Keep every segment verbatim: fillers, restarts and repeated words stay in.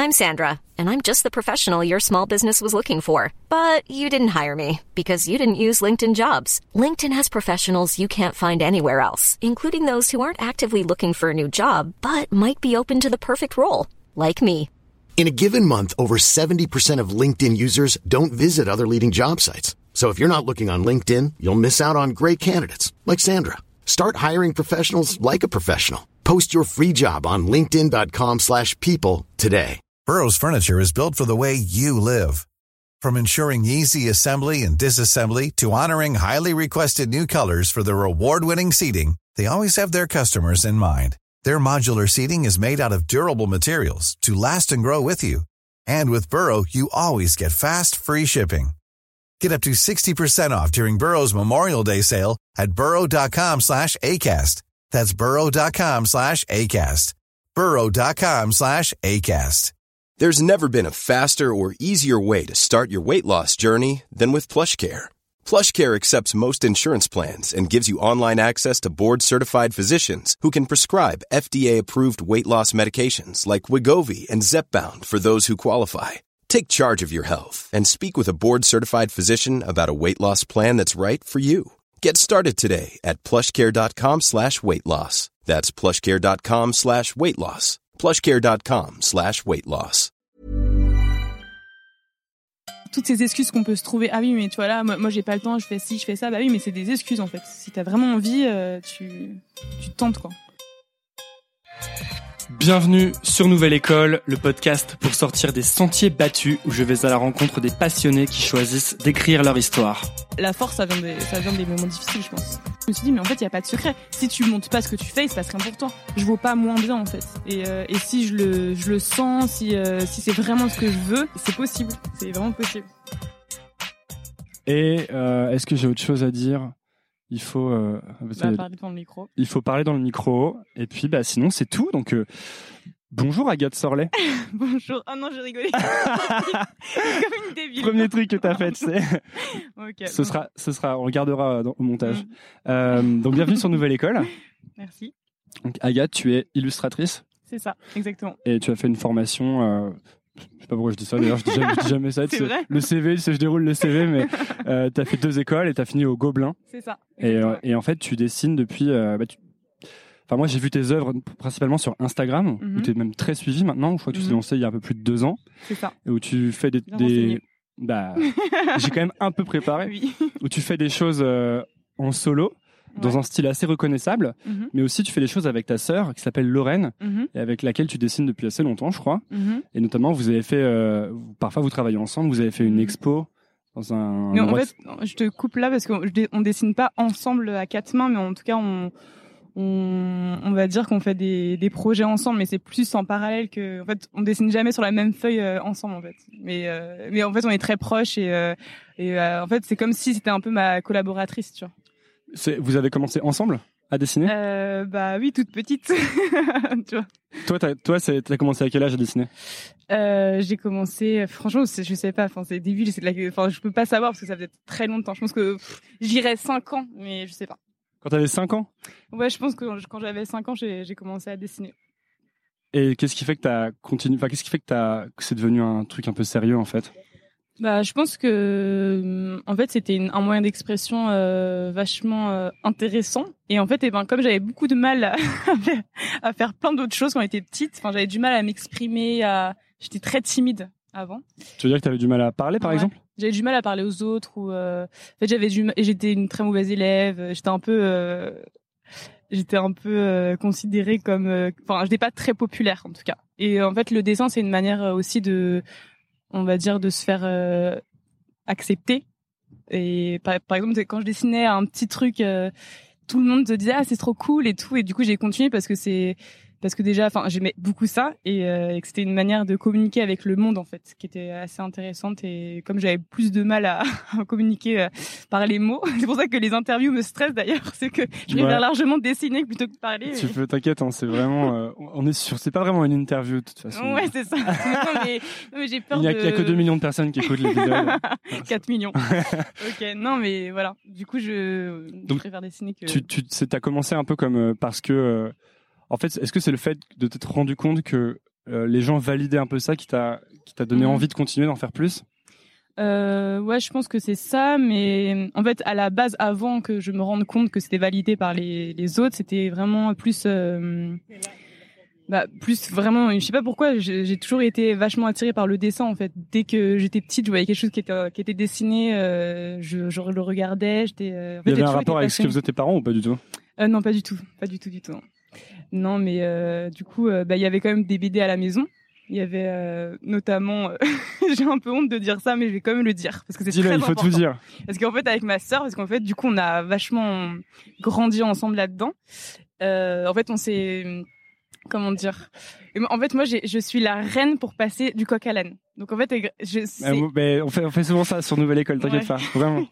I'm Sandra, and I'm just the professional your small business was looking for. But you didn't hire me because you didn't use LinkedIn Jobs. LinkedIn has professionals you can't find anywhere else, including those who aren't actively looking for a new job, but might be open to the perfect role, like me. In a given month, over seventy percent of LinkedIn users don't visit other leading job sites. So if you're not looking on LinkedIn, you'll miss out on great candidates like Sandra. Start hiring professionals like a professional. Post your free job on linkedin.com slash people today. Burrow's furniture is built for the way you live. From ensuring easy assembly and disassembly to honoring highly requested new colors for their award-winning seating, they always have their customers in mind. Their modular seating is made out of durable materials to last and grow with you. And with Burrow, you always get fast, free shipping. Get up to sixty percent off during Burrow's Memorial Day sale at burrow.com slash ACAST. That's burrow.com slash ACAST. burrow.com slash ACAST. There's never been a faster or easier way to start your weight loss journey than with PlushCare. PlushCare accepts most insurance plans and gives you online access to board-certified physicians who can prescribe F D A-approved weight loss medications like Wegovy and Zepbound for those who qualify. Take charge of your health and speak with a board-certified physician about a weight loss plan that's right for you. Get started today at plushcare.com slash weight loss. That's plushcare.com slash weight loss. plushcare.com slash weight loss. Toutes ces excuses qu'on peut se trouver. Ah oui, mais tu vois là, moi, moi j'ai pas le temps, je fais ci, je fais ça. Bah oui, mais c'est des excuses en fait. Si t'as vraiment envie, euh, tu, tu tentes quoi. Bienvenue sur Nouvelle École, le podcast pour sortir des sentiers battus où je vais à la rencontre des passionnés qui choisissent d'écrire leur histoire. La force, ça vient des, ça vient des moments difficiles, je pense. Je me suis dit, mais en fait, il n'y a pas de secret. Si tu montres pas ce que tu fais, il se passe rien pour toi. Je vaux pas moins bien, en fait. Et, euh, et si je le, je le sens, si, euh, si c'est vraiment ce que je veux, c'est possible. C'est vraiment possible. Et euh, est-ce que j'ai autre chose à dire ? Il faut euh, bah, parler dans le micro. Il faut parler dans le micro. Et puis, bah, sinon, c'est tout. Donc, euh, bonjour Agathe Sorlet. Bonjour. Ah oh non, j'ai rigolé. Comme une débile. Premier truc que t'as fait, c'est. Okay, ce bon. sera, ce sera, on regardera dans, au montage. Mmh. Euh, donc, bienvenue sur Nouvelle École. Merci. Donc, Agathe, tu es illustratrice. C'est ça, exactement. Et tu as fait une formation. Euh, Je sais pas pourquoi je dis ça, d'ailleurs, je dis jamais, je dis jamais ça. C'est c'est vrai. Le C V, je déroule le C V, mais euh, t'as fait deux écoles et t'as fini au Gobelin. C'est ça. Et, euh, et en fait, tu dessines depuis. Euh, bah, tu... Enfin, moi, j'ai vu tes œuvres principalement sur Instagram, mm-hmm. où t'es même très suivi maintenant. Je crois que tu mm-hmm. t'es lancé il y a un peu plus de deux ans. C'est ça. Et où tu fais des. des... Bah, j'ai quand même un peu préparé. Oui. Où tu fais des choses euh, en solo. Dans ouais. un style assez reconnaissable, mm-hmm. mais aussi tu fais des choses avec ta sœur qui s'appelle Lorraine, mm-hmm. et avec laquelle tu dessines depuis assez longtemps, je crois. Mm-hmm. Et notamment, vous avez fait, euh, parfois vous travaillez ensemble, vous avez fait une expo dans un. Mais en fait, je te coupe là parce qu'on on dessine pas ensemble à quatre mains, mais en tout cas, on, on, on va dire qu'on fait des, des projets ensemble, mais c'est plus en parallèle que. En fait, on dessine jamais sur la même feuille euh, ensemble, en fait. Mais, euh, mais en fait, on est très proches et, euh, et euh, en fait, c'est comme si c'était un peu ma collaboratrice, tu vois. C'est, vous avez commencé ensemble à dessiner ? euh, Bah oui, toute petite. Tu vois. Toi, t'as, toi, c'est, t'as commencé à quel âge à dessiner ? euh, J'ai commencé, franchement, c'est, je sais pas. Enfin, c'est débile. C'est de la, enfin, je peux pas savoir parce que ça faisait très longtemps. Je pense que pff, j'irais cinq ans, mais je sais pas. Quand t'avais cinq ans ? Ouais, je pense que quand j'avais cinq ans, j'ai, j'ai commencé à dessiner. Et qu'est-ce qui fait que t'as continué ? Enfin, qu'est-ce qui fait que t'as, que c'est devenu un truc un peu sérieux en fait ? Bah, je pense que, en fait, c'était une, un moyen d'expression euh, vachement euh, intéressant. Et en fait, eh ben, comme j'avais beaucoup de mal à, à faire plein d'autres choses quand j'étais petite, enfin, j'avais du mal à m'exprimer. À... J'étais très timide avant. Tu veux dire que t'avais du mal à parler, par ouais. exemple ? J'avais du mal à parler aux autres ou, euh... en fait, j'avais du, et j'étais une très mauvaise élève. J'étais un peu, euh... j'étais un peu euh, considérée comme, euh... enfin, j'étais pas très populaire en tout cas. Et en fait, le dessin, c'est une manière aussi de on va dire de se faire euh, accepter. Et par, par exemple, quand je dessinais un petit truc, euh, tout le monde se disait ah c'est trop cool et tout. Et du coup j'ai continué parce que c'est parce que déjà, enfin j'aimais beaucoup ça et, euh, et que c'était une manière de communiquer avec le monde en fait, qui était assez intéressante. Et comme j'avais plus de mal à, à communiquer euh, par les mots, c'est pour ça que les interviews me stressent d'ailleurs, c'est que je préfère ouais. largement dessiner plutôt que parler. Tu peux, t'inquiète, hein, c'est vraiment, euh, on est sûr, c'est pas vraiment une interview de toute façon. Ouais, c'est ça. non, mais, non, mais j'ai peur. Il y a, de... il y a que deux millions de personnes qui écoutent l'épisode. quatre millions. Ok, non mais voilà. Du coup, je, Donc, je préfère dessiner que. Tu, tu, t'as commencé un peu comme euh, parce que. Euh, En fait, est-ce que c'est le fait de t'être rendu compte que euh, les gens validaient un peu ça, qui t'a, qui t'a donné mmh. envie de continuer, d'en faire plus? Euh, ouais, je pense que c'est ça, mais en fait, à la base, avant que je me rende compte que c'était validé par les, les autres, c'était vraiment plus, euh, bah, plus vraiment, je sais pas pourquoi, j'ai, j'ai toujours été vachement attirée par le dessin, en fait. Dès que j'étais petite, je voyais quelque chose qui était, qui était dessiné, euh, je, je le regardais, j'étais, euh, en fait, il y avait un rapport avec ce que faisaient tes parents ou pas du tout? Euh, non, pas du tout, pas du tout, du tout. Non, non mais, euh, du coup, euh, bah, il y avait quand même des B D à la maison. Il y avait euh, notamment, euh, j'ai un peu honte de dire ça, mais je vais quand même le dire parce que c'est Dis-le, très il faut important. tout dire. Parce qu'en fait, avec ma sœur, parce qu'en fait, du coup, on a vachement grandi ensemble là-dedans. Euh, en fait, on s'est, comment dire, en fait, moi, j'ai, je suis la reine pour passer du coq à l'âne. Donc en fait, je, c'est... mais, mais on fait on fait souvent ça sur Nouvelle École, t'inquiète ouais. pas, vraiment.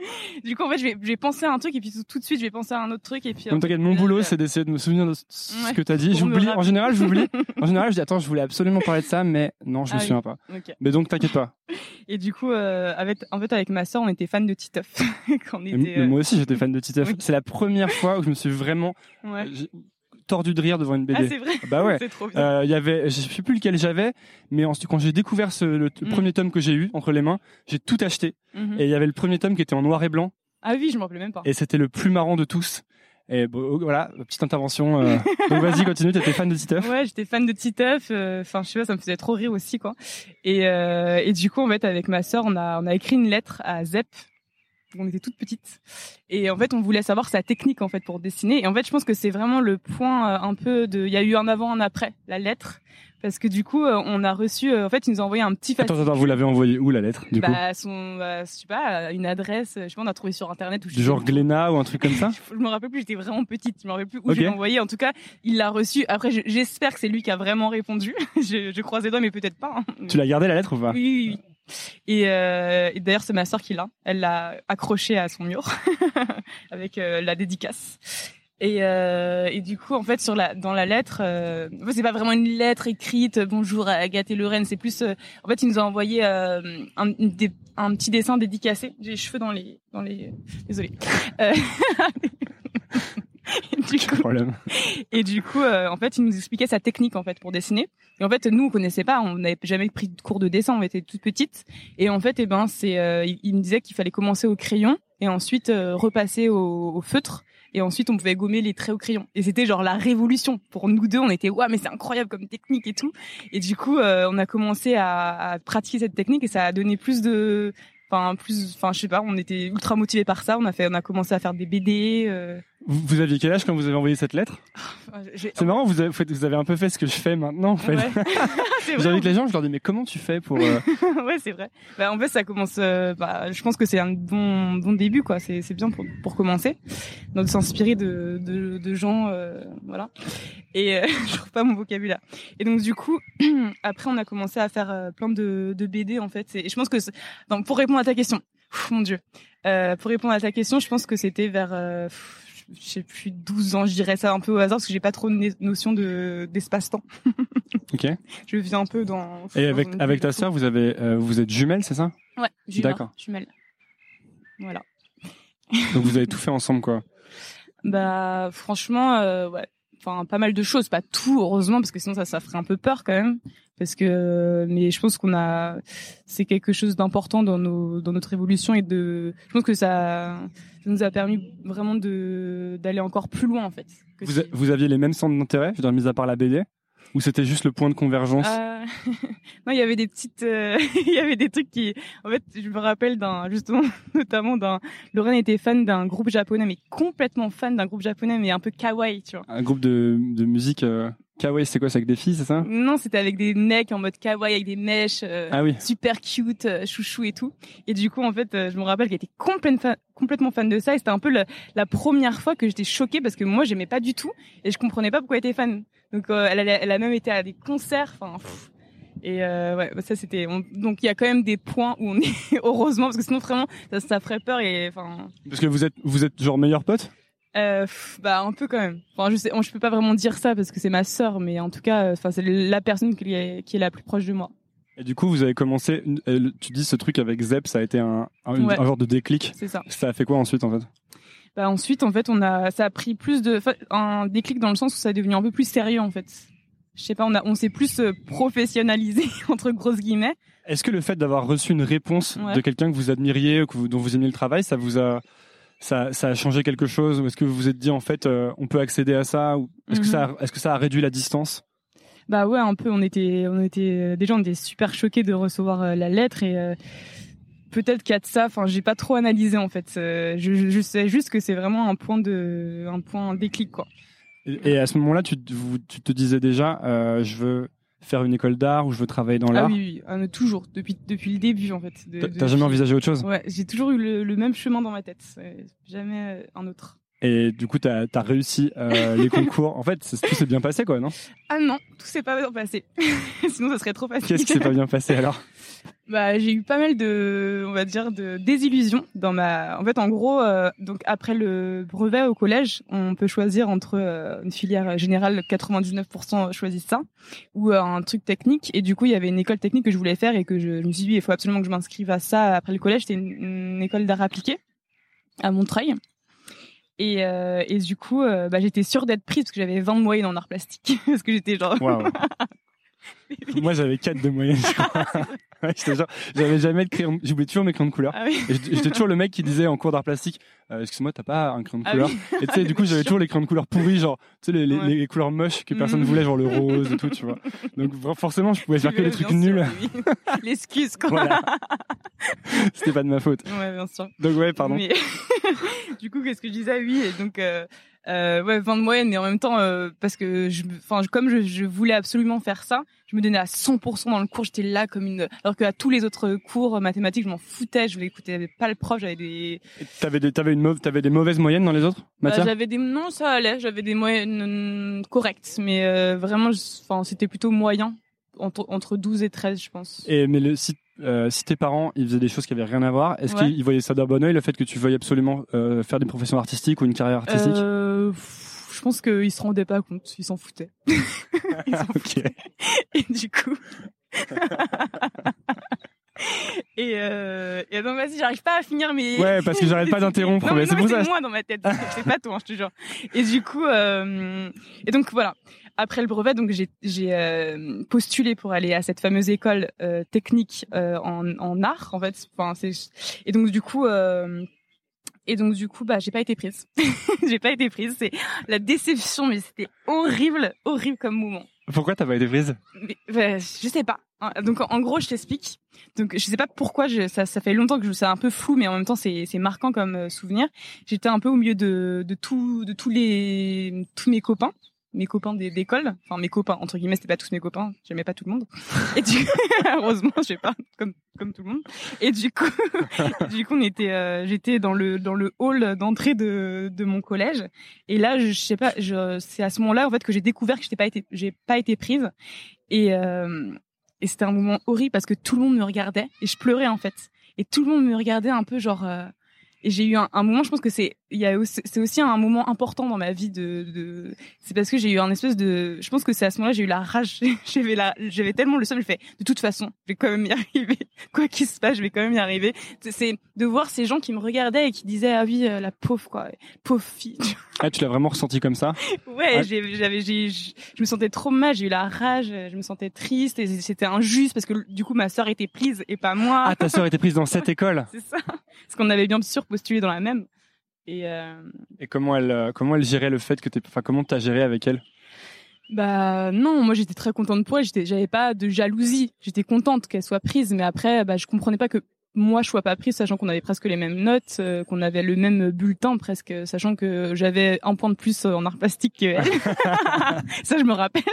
Du coup, en fait, je vais je vais penser à un truc et puis tout, tout de suite, je vais penser à un autre truc et puis. Comme t'inquiète, mon boulot, euh... c'est d'essayer de me souvenir de ce ouais. que t'as dit. J'oublie. En général, j'oublie. En général, je dis attends, je voulais absolument parler de ça, mais non, je ah me oui. souviens pas. Okay. Mais donc, t'inquiète pas. Et du coup, euh, avec en fait, avec ma sœur, on était fan de Titeuf. Quand on était. Mais, euh... Moi aussi, j'étais fan de Titeuf. Oui. C'est la première fois où je me suis vraiment. Ouais. J'ai... tordu de rire devant une B D. Ah, c'est vrai. Bah ouais. C'est trop bien. Euh, il y avait, je sais plus lequel j'avais, mais ensuite, quand j'ai découvert ce, le mm. premier tome que j'ai eu entre les mains, j'ai tout acheté. Mm-hmm. Et il y avait le premier tome qui était en noir et blanc. Ah oui, je m'en rappelais même pas. Et c'était le plus marrant de tous. Et bon, voilà, petite intervention. Euh... Donc vas-y, continue. T'étais fan de Titeuf? Ouais, j'étais fan de Titeuf. Enfin, euh, je sais pas, ça me faisait trop rire aussi, quoi. Et, euh, et du coup, en fait, avec ma sœur, on a, on a écrit une lettre à Zep. On était toutes petites et en fait on voulait savoir sa technique en fait pour dessiner et en fait je pense que c'est vraiment le point euh, un peu de il y a eu un avant un après la lettre parce que du coup euh, on a reçu euh, en fait ils nous ont envoyé un petit attends attends vous l'avez envoyé où la lettre du bah, coup son bah, je sais pas une adresse je sais pas on a trouvé sur internet ou du genre Glénat ou un truc comme ça. Je me rappelle plus, j'étais vraiment petite, je me rappelle plus où okay. je l'ai envoyé. En tout cas il l'a reçu après je, j'espère que c'est lui qui a vraiment répondu. je, je croise les doigts mais peut-être pas hein. Tu l'as gardé la lettre ou pas? Oui oui, oui. Et, euh, et d'ailleurs c'est ma sœur qui l'a, elle l'a accroché à son mur avec euh, la dédicace. Et, euh, et du coup en fait sur la dans la lettre, euh, c'est pas vraiment une lettre écrite bonjour à Agathe et Lorraine, c'est plus euh, en fait il nous a envoyé euh, un, une, un petit dessin dédicacé. J'ai les cheveux dans les dans les désolée. Euh... du coup, problème. Et du coup, euh, en fait, il nous expliquait sa technique en fait pour dessiner. Et en fait, nous, on connaissait pas, on n'avait jamais pris de cours de dessin, on était toutes petites. Et en fait, eh ben, c'est, euh, il, il me disait qu'il fallait commencer au crayon et ensuite euh, repasser au, au feutre. Et ensuite, on pouvait gommer les traits au crayon. Et c'était genre la révolution pour nous deux. On était ouais, mais c'est incroyable comme technique et tout. Et du coup, euh, on a commencé à, à pratiquer cette technique et ça a donné plus de, enfin plus, enfin je sais pas, on était ultra motivés par ça. On a fait, on a commencé à faire des B D. Euh... Vous, vous aviez quel âge quand vous avez envoyé cette lettre? J'ai... C'est marrant, vous avez, vous avez un peu fait ce que je fais maintenant, en fait. Ouais. J'invite les gens, je leur dis, mais comment tu fais pour... Euh... ouais, c'est vrai. Bah, en fait, ça commence, euh, bah, je pense que c'est un bon, bon début, quoi. C'est, c'est bien pour, pour commencer. Donc, de s'inspirer de, de, de gens, euh, voilà. Et, euh, je trouve pas mon vocabulaire. Et donc, du coup, après, on a commencé à faire euh, plein de, de B D, en fait. Et je pense que, c'est... donc, pour répondre à ta question, Ouf, mon Dieu, euh, pour répondre à ta question, je pense que c'était vers, euh, je sais plus, douze ans, je dirais ça un peu au hasard parce que j'ai pas trop de notion de d'espace-temps. Ok. Je vis un peu dans. Et avec dans avec ta sœur, vous avez euh, vous êtes jumelles, c'est ça? Ouais, jumelles. D'accord. Jumelles. Voilà. Donc vous avez tout fait ensemble, quoi. Bah franchement, euh, ouais. Enfin, pas mal de choses, pas tout, heureusement, parce que sinon ça, ça ferait un peu peur quand même. Parce que, mais je pense qu'on a, c'est quelque chose d'important dans nos, dans notre évolution et de, je pense que ça, ça nous a permis vraiment de, d'aller encore plus loin en fait. Vous, a, vous aviez les mêmes centres d'intérêt, je veux dire, mis à part la B D, ou c'était juste le point de convergence? euh... Non, il y avait des petites, euh... il y avait des trucs qui, en fait, je me rappelle d'un, justement, notamment d'un, Lorraine était fan d'un groupe japonais, mais complètement fan d'un groupe japonais, mais un peu kawaii, tu vois. Un groupe de, de musique, euh... kawaii, c'est quoi? C'est avec des filles, c'est ça? Non, c'était avec des mecs en mode kawaii, avec des mèches, euh, ah oui. super cute, euh, chouchou et tout. Et du coup, en fait, euh, je me rappelle qu'elle était complètement fan, complètement fan de ça. Et c'était un peu le, la première fois que j'étais choquée parce que moi, j'aimais pas du tout et je comprenais pas pourquoi elle était fan. Donc, euh, elle, a, elle a même été à des concerts. Enfin, et euh, ouais, ça c'était. On, donc, il y a quand même des points où on est heureusement parce que sinon vraiment, ça, ça ferait peur et enfin. Parce que vous êtes, vous êtes genre meilleurs potes? Euh, bah un peu quand même. Enfin je sais, je peux pas vraiment dire ça parce que c'est ma sœur, mais en tout cas, enfin c'est la personne qui est qui est la plus proche de moi. Et du coup, vous avez commencé. Tu dis ce truc avec Zep, ça a été un un, ouais. un genre de déclic. C'est ça. Ça a fait quoi ensuite en fait? Bah ensuite, en fait, on a, ça a pris plus de, un déclic dans le sens où ça est devenu un peu plus sérieux en fait. je sais pas, on a, on s'est plus professionnalisé entre grosses guillemets. Est-ce que le fait d'avoir reçu une réponse ouais. de quelqu'un que vous admiriez, que vous, dont vous aimiez le travail, ça vous a, ça, ça a changé quelque chose, ou est-ce que vous vous êtes dit en fait, euh, on peut accéder à ça, ou est-ce mm-hmm. que ça, a, est-ce que ça a réduit la distance? Bah ouais, un peu. On était, on était déjà, on était super choqués de recevoir euh, la lettre et. Euh, Peut-être qu'il y a de ça. Enfin, j'ai pas trop analysé en fait. Euh, je, je, je sais juste que c'est vraiment un point de, un point déclic quoi. Et, et à ce moment-là, tu, tu te disais déjà, euh, je veux faire une école d'art ou je veux travailler dans l'art. Ah oui, oui, euh, toujours depuis depuis le début en fait. De, T'as, de, t'as jamais envisagé autre chose? Ouais, j'ai toujours eu le, le même chemin dans ma tête, jamais un autre. Et du coup, t'as as réussi euh, les concours. En fait, tout s'est bien passé, quoi, non? Ah non, tout s'est pas bien passé. Sinon, ça serait trop facile. Qu'est-ce qui s'est pas bien passé alors? Bah, j'ai eu pas mal de, on va dire, de désillusions dans ma. En fait, en gros, euh, donc après le brevet au collège, on peut choisir entre euh, une filière générale, quatre-vingt-dix-neuf pour cent choisissent ça, ou euh, un truc technique. Et du coup, il y avait une école technique que je voulais faire et que je, je me suis dit, il faut absolument que je m'inscrive à ça après le collège. C'était une, une école d'art appliqué à Montreuil. Et, euh, et du coup, euh, bah, j'étais sûre d'être prise parce que j'avais vingt de moyenne en art plastique. Parce que j'étais genre... Wow. Moi, j'avais quatre de moyenne, je crois. Ouais, j'étais genre, j'avais jamais de crayon, j'oubliais toujours mes crayons de couleur. Ah oui. Et j'étais toujours le mec qui disait en cours d'art plastique, euh, excuse-moi, t'as pas un crayon de ah couleur? Oui. Et tu sais, du coup, j'avais toujours les crayons de couleur pourris, genre, tu sais, les, ouais. les, les couleurs moches que personne mmh. voulait, genre le rose et tout, tu vois. Donc, forcément, je pouvais faire que des trucs nuls. Oui. L'excuse, quoi. Voilà. C'était pas de ma faute. Ouais, bien sûr. Donc, ouais, pardon. Mais... du coup, qu'est-ce que je disais? Oui, et donc, euh, euh, ouais, vingt de moyenne, mais en même temps, euh, parce que je, enfin, comme je, je voulais absolument faire ça, je me donnais à cent pour cent dans le cours, j'étais là comme une, alors qu'à tous les autres cours mathématiques, je m'en foutais, je voulais écouter, j'avais pas le prof, j'avais des... Et t'avais des, t'avais une mauvaise, t'avais des mauvaises moyennes dans les autres matières? Bah, j'avais des, non, ça allait, j'avais des moyennes correctes, mais, euh, vraiment, enfin, c'était plutôt moyen, entre, entre douze et treize, je pense. Et, mais le, si, euh, si tes parents, ils faisaient des choses qui avaient rien à voir, est-ce ouais. qu'ils voyaient ça d'un bon oeil, le fait que tu veuilles absolument, euh, faire des professions artistiques ou une carrière artistique? Euh, Je pense qu'ils se rendaient pas compte, ils s'en foutaient. Ils s'en foutaient. Et du coup. et, euh... et donc vas-y, j'arrive pas à finir mes. Ouais, parce que j'arrête pas d'interrompre. Non, mais, mais c'est non, pour c'est ça. moi dans ma tête. C'est pas toi, je te jure. Et du coup, euh... et donc voilà. Après le brevet, donc j'ai, j'ai euh, postulé pour aller à cette fameuse école euh, technique euh, en, en art, en fait. Enfin, c'est. Et donc du coup. Euh... Et donc du coup, bah j'ai pas été prise. j'ai pas été prise. C'est la déception, mais c'était horrible, horrible comme moment. Pourquoi t'as pas été prise? Mais, bah, je sais pas. Donc en gros, je t'explique. Donc je sais pas pourquoi. Je, ça, ça fait longtemps que je, c'est un peu flou, mais en même temps c'est, c'est marquant comme euh, souvenir. J'étais un peu au milieu de, de tout, de tous les, tous mes copains. mes copains d'école, enfin mes copains entre guillemets, c'était pas tous mes copains, j'aimais pas tout le monde. Et du coup, heureusement, je sais pas, comme comme tout le monde. Et du coup, du coup, on était, euh, j'étais dans le dans le hall d'entrée de de mon collège. Et là, je, je sais pas, je, c'est à ce moment-là en fait que j'ai découvert que j'étais pas été, j'ai pas été prise. Et euh, et c'était un moment horrible parce que tout le monde me regardait et je pleurais en fait. Et tout le monde me regardait un peu genre. Euh, Et j'ai eu un, un moment, je pense que c'est, il y a aussi, c'est aussi un moment important dans ma vie de, de, c'est parce que j'ai eu un espèce de, je pense que c'est à ce moment-là, j'ai eu la rage, j'avais la, j'avais tellement le seum, je fais, de toute façon, je vais quand même y arriver. Quoi qu'il se passe, je vais quand même y arriver. C'est de voir ces gens qui me regardaient et qui disaient, ah oui, la pauvre, quoi, pauvre fille. Ah, tu l'as vraiment ressenti comme ça? Ouais, ah. j'ai, j'avais, j'ai, je me sentais trop mal, j'ai eu la rage, je me sentais triste et c'était injuste parce que du coup, ma sœur était prise et pas moi. Ah, ta sœur était prise dans cette école? C'est ça. Parce qu'on avait bien sûr postulé dans la même. Et, euh... et comment elle, comment elle gérait le fait que t'es, enfin, comment t'as géré avec elle? Bah non, moi j'étais très contente pour elle. J'étais, j'avais pas de jalousie. J'étais contente qu'elle soit prise, mais après, bah je comprenais pas que moi je sois pas prise, sachant qu'on avait presque les mêmes notes, euh, qu'on avait le même bulletin presque, sachant que j'avais un point de plus en art plastique qu'elle. Ça je me rappelle.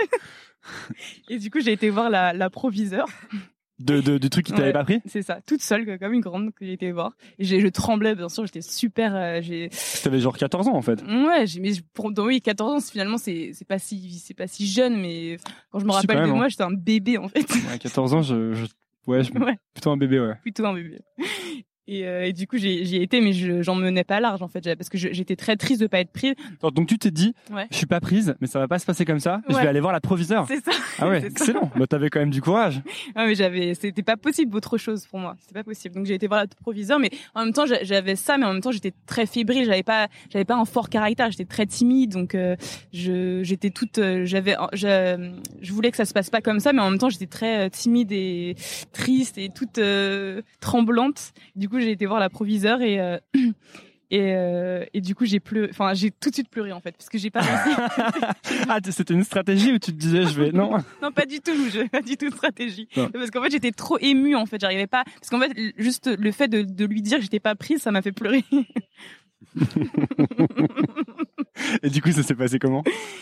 Et du coup j'ai été voir la, la proviseure. De, de, du truc qui t'avait ouais, pas pris? C'est ça, toute seule, comme une grande, que j'ai été voir. Et j'ai, je tremblais, bien sûr, j'étais super, euh, j'ai... T'avais genre quatorze ans, en fait. Ouais, j'ai, mais pour, donc, oui, quatorze ans, finalement, c'est, c'est pas si, c'est pas si jeune, mais quand je me si, rappelle de même, moi, hein. J'étais un bébé, en fait. Ouais, quatorze ans, je, je, ouais, je... ouais. Plutôt un bébé, ouais. Plutôt un bébé. Et, euh, et du coup, j'ai, j'y ai été, mais je, j'en menais pas large, en fait, parce que je, j'étais très triste de pas être prise. Donc, tu t'es dit, ouais. je suis pas prise, mais ça va pas se passer comme ça. Ouais. Je vais aller voir la proviseure. C'est ça. Ah ouais, c'est excellent. Bah, t'avais quand même du courage. Ah, mais j'avais, c'était pas possible autre chose pour moi. C'était pas possible. Donc, j'ai été voir la proviseure, mais en même temps, j'avais ça, mais en même temps, j'étais très fébrile. J'avais pas, j'avais pas un fort caractère. J'étais très timide, donc euh, je, j'étais toute, euh, j'avais, je, je voulais que ça se passe pas comme ça, mais en même temps, j'étais très timide et triste et toute euh, tremblante. Du coup, j'ai été voir la proviseure. Et euh, et euh, et du coup j'ai pleuré, enfin j'ai tout de suite pleuré en fait parce que j'ai pas réussi. Ah, c'était une stratégie où tu te disais je vais non non pas du tout, je pas du tout de stratégie non. Parce qu'en fait j'étais trop émue en fait, j'arrivais pas parce qu'en fait juste le fait de de lui dire que j'étais pas prise, ça m'a fait pleurer. Et du coup ça s'est passé comment?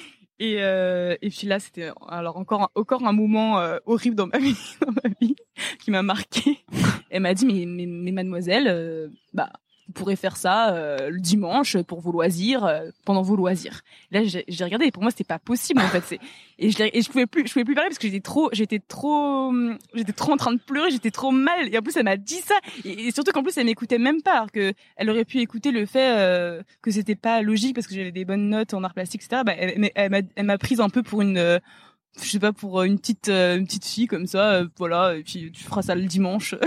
Et euh, et puis là c'était alors encore un, encore un moment euh, horrible dans ma vie dans ma vie qui m'a marqué. Elle m'a dit mais mais, mais mademoiselle euh, bah vous pourrez faire ça euh, le dimanche pour vos loisirs euh, pendant vos loisirs. Et là j'ai, j'ai regardé et pour moi c'était pas possible en fait, c'est et je et je pouvais plus je pouvais plus parler parce que j'étais trop j'étais trop j'étais trop en train de pleurer, j'étais trop mal et en plus elle m'a dit ça et, et surtout qu'en plus elle m'écoutait même pas alors que elle aurait pu écouter le fait euh, que c'était pas logique parce que j'avais des bonnes notes en art plastique et cetera. Bah elle, elle m'a elle m'a prise un peu pour une euh, je sais pas pour une petite euh, une petite fille comme ça euh, voilà et puis tu feras ça le dimanche.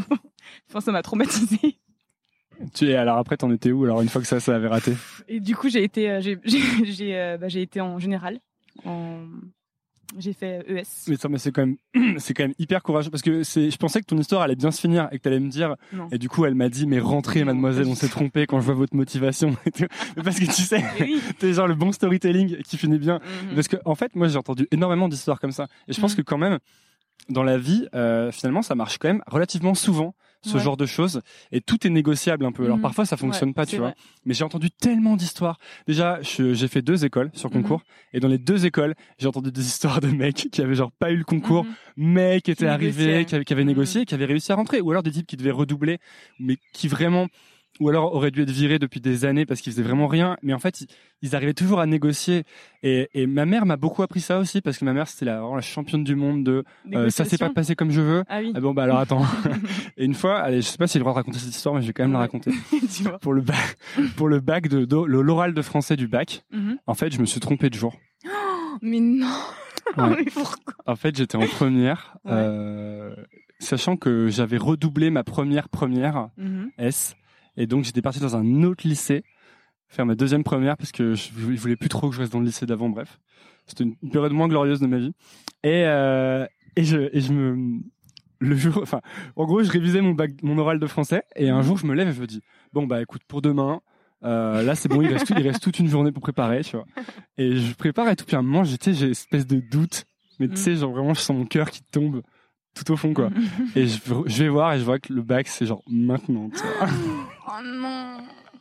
Enfin ça m'a traumatisée. Tu es alors après t'en étais où alors une fois que ça ça avait raté? Et du coup j'ai été euh, j'ai j'ai j'ai, euh, bah, j'ai été en général en j'ai fait E S. Mais ça mais c'est quand même c'est quand même hyper courageux parce que c'est je pensais que ton histoire allait bien se finir et que t'allais me dire non. Et du coup elle m'a dit mais rentrez non, mademoiselle on s'est trompé quand je vois votre motivation et tout. Mais parce que tu sais oui. T'es genre le bon storytelling qui finit bien mm-hmm. Parce que en fait moi j'ai entendu énormément d'histoires comme ça et je pense mm-hmm. que quand même dans la vie euh, finalement ça marche quand même relativement souvent ce ouais. genre de choses et tout est négociable un peu. Alors mmh. parfois ça fonctionne ouais, pas, tu vrai. vois. Mais j'ai entendu tellement d'histoires. Déjà, je, j'ai fait deux écoles sur concours mmh. et dans les deux écoles, j'ai entendu des histoires de mecs qui avaient genre pas eu le concours, mmh. mais qui étaient qui arrivés, qui avaient, qui avaient mmh. négocié, qui avaient réussi à rentrer, ou alors des types qui devaient redoubler, mais qui vraiment ou alors auraient dû être virés depuis des années parce qu'ils faisaient vraiment rien, mais en fait ils, ils arrivaient toujours à négocier et, et ma mère m'a beaucoup appris ça aussi parce que ma mère c'était la, la championne du monde de euh, ça s'est pas passé comme je veux. Ah oui. Ah bon bah alors attends. Et une fois, allez je sais pas si j'ai le droit de raconter cette histoire mais je vais quand même ouais. la raconter. Pour le bac, pour le bac de, de l'oral de français du bac, mm-hmm. en fait je me suis trompé de jour. Oh, mais non. Ouais. Mais pourquoi? En fait j'étais en première, ouais. euh, sachant que j'avais redoublé ma première première mm-hmm. S. Et donc j'étais parti dans un autre lycée faire ma deuxième première parce que je voulais plus trop que je reste dans le lycée d'avant. Bref, c'était une période moins glorieuse de ma vie. Et euh, et je et je me le jour, enfin en gros je révisais mon bac, mon oral de français et un jour je me lève et je me dis bon bah écoute pour demain euh, là c'est bon il reste tout, il reste toute une journée pour préparer tu vois. Et je prépare et tout puis à un moment j'étais j'ai une espèce de doute mais tu sais genre vraiment je sens mon cœur qui tombe tout au fond quoi. Et je, je vais voir et je vois que le bac c'est genre maintenant tu vois. Oh non.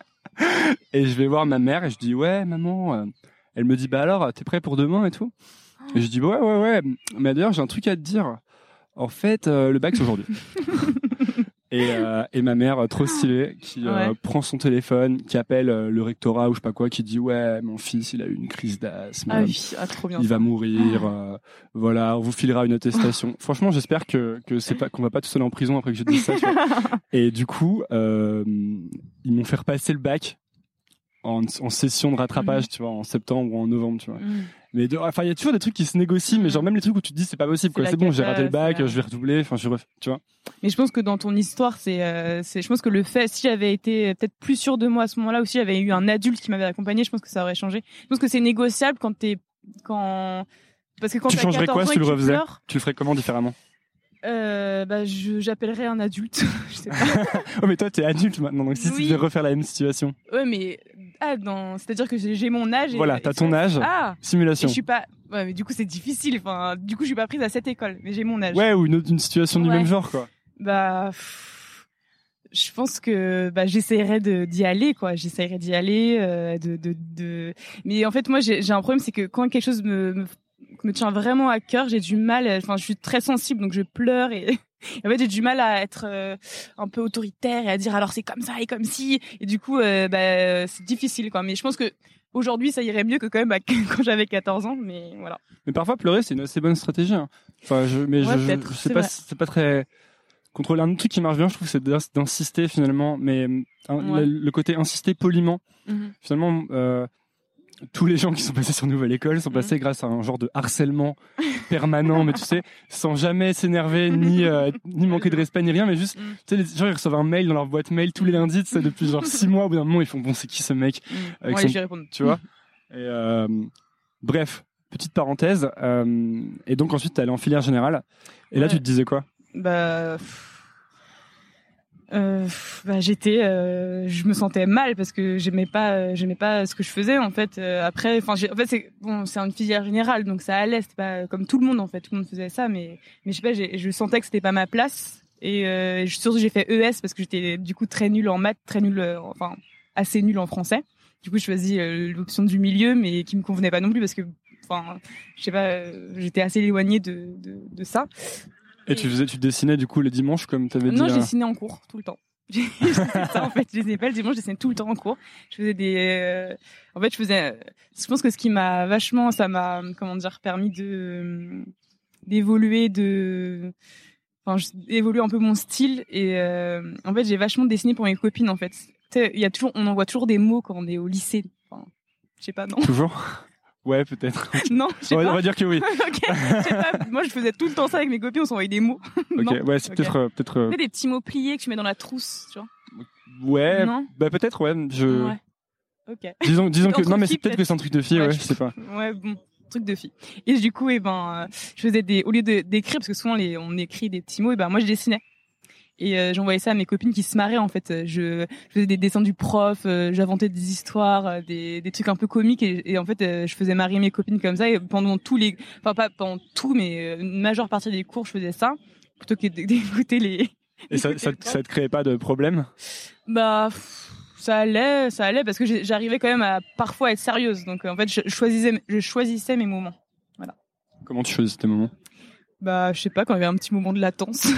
Et je vais voir ma mère et je dis ouais maman euh... elle me dit bah alors t'es prêt pour demain et tout. Et je dis ouais ouais ouais mais d'ailleurs j'ai un truc à te dire en fait euh, le bac c'est aujourd'hui. Et, euh, et ma mère trop stylée qui euh, ouais. prend son téléphone, qui appelle euh, le rectorat ou je sais pas quoi, qui dit ouais mon fils il a eu une crise d'asthme, ah oui, ah, trop bien il ça. va mourir, euh, voilà on vous filera une attestation. Franchement j'espère que que c'est pas qu'on va pas tous aller en prison après que je dise ça. Tu vois. Et du coup euh, ils m'ont fait repasser le bac en, en session de rattrapage, mm-hmm. tu vois, en septembre ou en novembre, tu vois. Mm. Mais enfin, il y a toujours des trucs qui se négocient, mais genre même les trucs où tu te dis c'est pas possible, quoi. C'est, c'est bon, j'ai raté le bac, je vais redoubler, enfin, je ref... tu vois. Mais je pense que dans ton histoire, c'est, euh, c'est, je pense que le fait, si j'avais été peut-être plus sûre de moi à ce moment-là, ou si j'avais eu un adulte qui m'avait accompagné, je pense que ça aurait changé. Je pense que c'est négociable quand t'es, quand, parce que quand tu changerais quoi si tu le refaisais? Pleures, tu le ferais comment différemment? Euh, bah, je, j'appellerais un adulte. Je sais pas. Oh, mais toi, t'es adulte maintenant, donc si oui. tu devais refaire la même situation. Ouais, mais, ah, non, c'est-à-dire que j'ai, j'ai mon âge. Et, voilà, t'as et ton ça... âge. Ah. Simulation. Et je suis pas, ouais, mais du coup, c'est difficile. Enfin, du coup, je suis pas prise à cette école, mais j'ai mon âge. Ouais, ou une, une situation du ouais. même genre, quoi. Bah, pff, je pense que, bah, j'essaierais de, d'y aller, quoi. J'essaierais d'y aller, euh, de, de, de, mais en fait, moi, j'ai, j'ai un problème, c'est que quand quelque chose me, me, me tient vraiment à cœur, j'ai du mal, enfin, je suis très sensible, donc je pleure et, en fait, j'ai du mal à être euh, un peu autoritaire et à dire alors c'est comme ça et comme si. Et du coup, euh, bah, c'est difficile, quoi. Mais je pense que aujourd'hui, ça irait mieux que quand même bah, quand j'avais quatorze ans. Mais voilà. Mais parfois, pleurer, c'est une assez bonne stratégie. Hein. Enfin, je, mais ouais, je, je, je sais c'est pas, vrai. c'est pas très. contrôler un autre truc qui marche bien, je trouve, c'est d'insister finalement, mais un, ouais. le, le côté insister poliment. Mm-hmm. Finalement, euh, tous les gens qui sont passés sur Nouvelle École sont passés mmh. grâce à un genre de harcèlement permanent, mais tu sais, sans jamais s'énerver, ni, euh, ni manquer de respect, ni rien, mais juste, mmh. tu sais, les gens, ils reçoivent un mail dans leur boîte mail tous les lundis, tu sais, depuis genre six mois, au bout d'un moment, ils font, bon, c'est qui ce mec? Mmh. Avec ouais, son... j'y réponds. Tu vois? Et, euh, bref, petite parenthèse, euh, et donc ensuite, t'es allé en filière générale, et ouais. là, tu te disais quoi? Bah, Euh, bah j'étais, euh, je me sentais mal parce que j'aimais pas, euh, j'aimais pas ce que je faisais en fait. Euh, après, enfin, en fait c'est bon, c'est une filière générale donc ça allait, c'était pas comme tout le monde en fait, tout le monde faisait ça, mais mais je sais pas, j'ai, je sentais que c'était pas ma place et euh, surtout j'ai fait E S parce que j'étais du coup très nulle en maths, très nulle, euh, enfin assez nulle en français. Du coup, je choisis euh, l'option du milieu, mais qui me convenait pas non plus parce que, enfin, je sais pas, euh, j'étais assez éloignée de de, de ça. Et tu faisais, tu dessinais du coup le dimanche comme t'avais dit. Non, je dessinais en cours tout le temps. ça en fait, je dessinais pas le dimanche, je dessinais tout le temps en cours. Je faisais des, euh... en fait, je faisais. Je pense que ce qui m'a vachement, ça m'a, comment dire, permis de d'évoluer, de, enfin, d'évoluer un peu mon style. Et euh... en fait, j'ai vachement dessiné pour mes copines. En fait, tu sais, il y a toujours, on envoie toujours des mots quand on est au lycée. Enfin, je sais pas, non. Toujours. Ouais, peut-être. Non, je sais on, pas. On va dire que oui. Ok, je sais pas. Moi, je faisais tout le temps ça avec mes copines, on s'envoyait des mots. Ok, non. ouais, c'est okay. peut-être, euh, peut-être. Euh... des petits mots pliés que tu mets dans la trousse, tu vois. Ouais. Non bah peut-être, ouais. Je. Ouais. Ok. Disons, disons que non, mais c'est peut-être, peut-être que c'est un truc de fille, ouais, ouais je sais pas. Ouais, bon, truc de fille. Et du coup, eh ben, euh, je faisais des, au lieu de d'écrire, parce que souvent les, on écrit des petits mots, et ben moi je dessinais. Et euh, j'envoyais ça à mes copines qui se marraient en fait. Je, je faisais des dessins du prof, euh, j'inventais des histoires, euh, des, des trucs un peu comiques et, et en fait euh, je faisais marrer mes copines comme ça. Et pendant tous les, enfin pas pendant tout, mais une majeure partie des cours, je faisais ça plutôt que d'écouter les. Et ça, ça, ça te créait pas de problème? Bah ça allait, ça allait parce que j'arrivais quand même à parfois être sérieuse. Donc en fait je choisissais, je choisissais mes moments. Voilà. Comment tu choisissais tes moments? Bah, je sais pas, quand il y avait un petit moment de latence.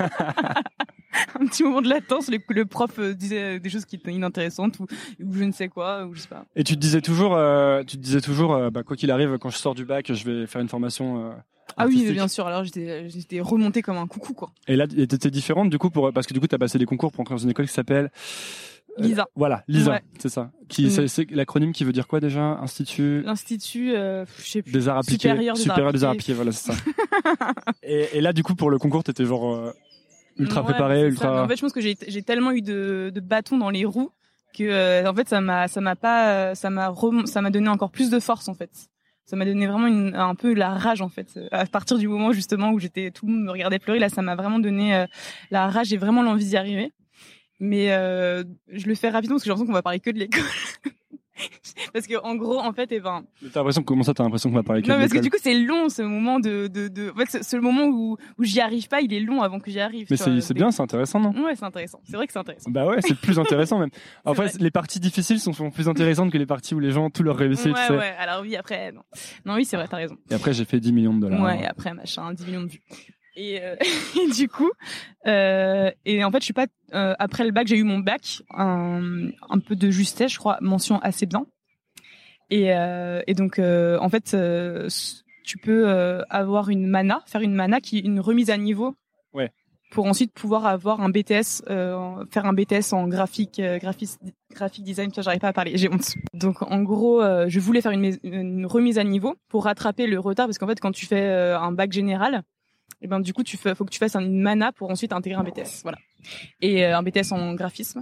un petit moment de latence, le, le prof euh, disait des choses qui étaient inintéressantes ou, ou je ne sais quoi, ou je sais pas. Et tu te disais toujours, euh, tu te disais toujours, euh, bah, quoi qu'il arrive, quand je sors du bac, je vais faire une formation. Euh, ah oui, bien sûr. Alors j'étais, j'étais remontée comme un coucou, quoi. Et là, t'étais différente du coup pour, parce que du coup, t'as passé des concours pour entrer dans une école qui s'appelle. Lisa. Euh, voilà, Lisa, ouais. c'est ça. Qui, mmh. c'est, c'est l'acronyme qui veut dire quoi déjà? Institut. L'Institut, euh, je sais plus. Des arts appliqués. Supérieur des Supérieur arts des arts appliqués, voilà, c'est ça. et, et là, du coup, pour le concours, t'étais genre euh, ultra ouais, préparé, ultra. En fait, je pense que j'ai, j'ai tellement eu de, de bâtons dans les roues que, euh, en fait, ça m'a, ça m'a pas, ça m'a, rem... ça m'a donné encore plus de force, en fait. Ça m'a donné vraiment une, un peu la rage, en fait. À partir du moment justement où j'étais, tout le monde me regardait pleurer, là, ça m'a vraiment donné euh, la rage et vraiment l'envie d'y arriver. Mais euh, je le fais rapidement parce que j'ai l'impression qu'on va parler que de l'école. Parce que en gros, en fait, eh ben. T'as l'impression comment ça? T'as l'impression qu'on va parler que non, de l'école? Non, parce que du coup, c'est long ce moment de de de. En fait, ce, ce moment où où j'y arrive pas, il est long avant que j'y arrive. Mais c'est vois, c'est bien, c'est intéressant, non? Ouais, c'est intéressant. C'est vrai que c'est intéressant. Bah ouais, c'est plus intéressant même. Après, les parties difficiles sont souvent plus intéressantes que les parties où les gens tout leur réussissent. Ouais, tu sais. ouais. Alors oui, après, non. Non, oui, c'est vrai, t'as raison. Et après, j'ai fait dix millions de dollars. Ouais, et après, machin, dix millions de vues. Et, euh, et du coup, euh, et en fait, je suis pas. Euh, après le bac, j'ai eu mon bac, un, un peu de justesse, je crois, mention assez bien. Et, euh, et donc, euh, en fait, euh, tu peux euh, avoir une mana, faire une mana qui une remise à niveau. Ouais. Pour ensuite pouvoir avoir un B T S, euh, faire un B T S en graphique, euh, graphique, graphique design. Putain, j'arrive pas à parler, j'ai honte. Donc, en gros, euh, je voulais faire une, une remise à niveau pour rattraper le retard, parce qu'en fait, quand tu fais euh, un bac général. Et ben du coup tu fais, faut que tu fasses une mana pour ensuite intégrer un B T S, voilà. Et euh, un B T S en graphisme.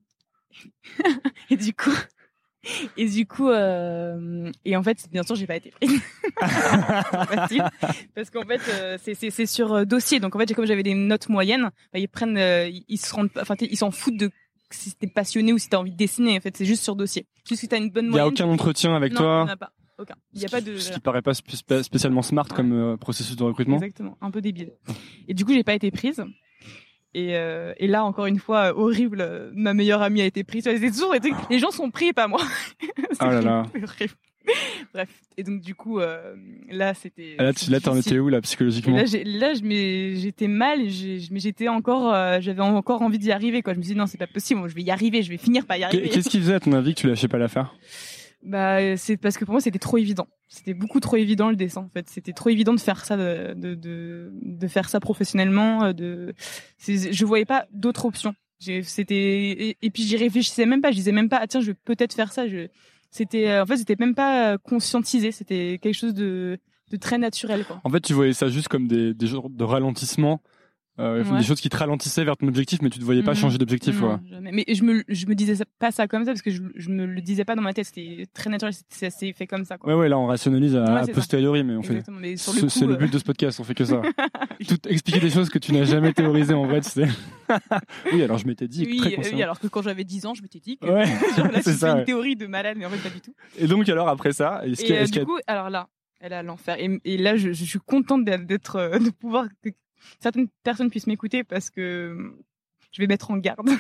et du coup, et du coup, euh, et en fait, bien sûr, j'ai pas été prise. C'est facile, parce qu'en fait, euh, c'est c'est c'est sur dossier. Donc en fait, comme j'avais des notes moyennes, bah, ils prennent, euh, ils se rendent, enfin ils s'en foutent de si t'es passionné ou si t'as envie de dessiner. En fait, c'est juste sur dossier. Juste si t'as une bonne moyenne. Il y a aucun entretien avec non, toi. Il n'y en a pas. Aucun. Il y a pas de. Ce qui paraît pas spé- spécialement smart ouais. comme euh, processus de recrutement. Exactement, un peu débile. Et du coup, j'ai pas été prise. Et, euh, et là, encore une fois, horrible. Euh, ma meilleure amie a été prise. C'est toujours les trucs. Les gens sont pris et pas moi. c'est oh là là. Horrible. Bref. Et donc du coup, euh, là, c'était. Ah là, tu là, t'en étais où là psychologiquement? Et là, j'ai, là, je m'ai, j'étais mal. Et j'ai, mais j'étais encore, euh, j'avais encore envie d'y arriver. Quoi. Je me suis dit non, c'est pas possible. Moi, je vais y arriver. Je vais finir par y arriver. Qu'est-ce qui faisait à ton avis que tu lâchais pas l'affaire? Bah, c'est parce que pour moi, c'était trop évident. C'était beaucoup trop évident le dessin. En fait, c'était trop évident de faire ça, de de de, de faire ça professionnellement. De, c'est, je voyais pas d'autres options. J'ai, c'était et, et puis j'y réfléchissais même pas. Je disais même pas, ah tiens, je vais peut-être faire ça. Je, c'était, en fait, c'était même pas conscientisé. C'était quelque chose de de très naturel, quoi. En fait, tu voyais ça juste comme des des genres de ralentissement. Euh, ouais. Des choses qui te ralentissaient vers ton objectif, mais tu ne voyais pas mmh. changer d'objectif. Non, ouais. jamais. Mais je me, je me disais pas ça comme ça parce que je, je me le disais pas dans ma tête. C'était très naturel. Ça s'est fait comme ça, quoi. Ouais, ouais, là, on rationalise à, ouais, à posteriori, mais on Exactement. fait. Mais sur le coup, c'est euh... le but de ce podcast. On fait que ça. Tout expliquer des choses que tu n'as jamais théorisées en vrai, tu sais. Oui, alors je m'étais dit. Oui, très conscient. oui, alors que quand j'avais dix ans, je m'étais dit que ouais, genre, là, c'est tu ça, fais ouais. une théorie de malade, mais en fait, pas du tout. Et donc, alors, après ça, est-ce et qu'il y a, euh, est-ce du qu'il y a... coup, alors là, elle a l'enfer. Et, et là, je, je suis contente d'être, euh, de pouvoir. Que certaines personnes puissent m'écouter parce que je vais mettre en garde.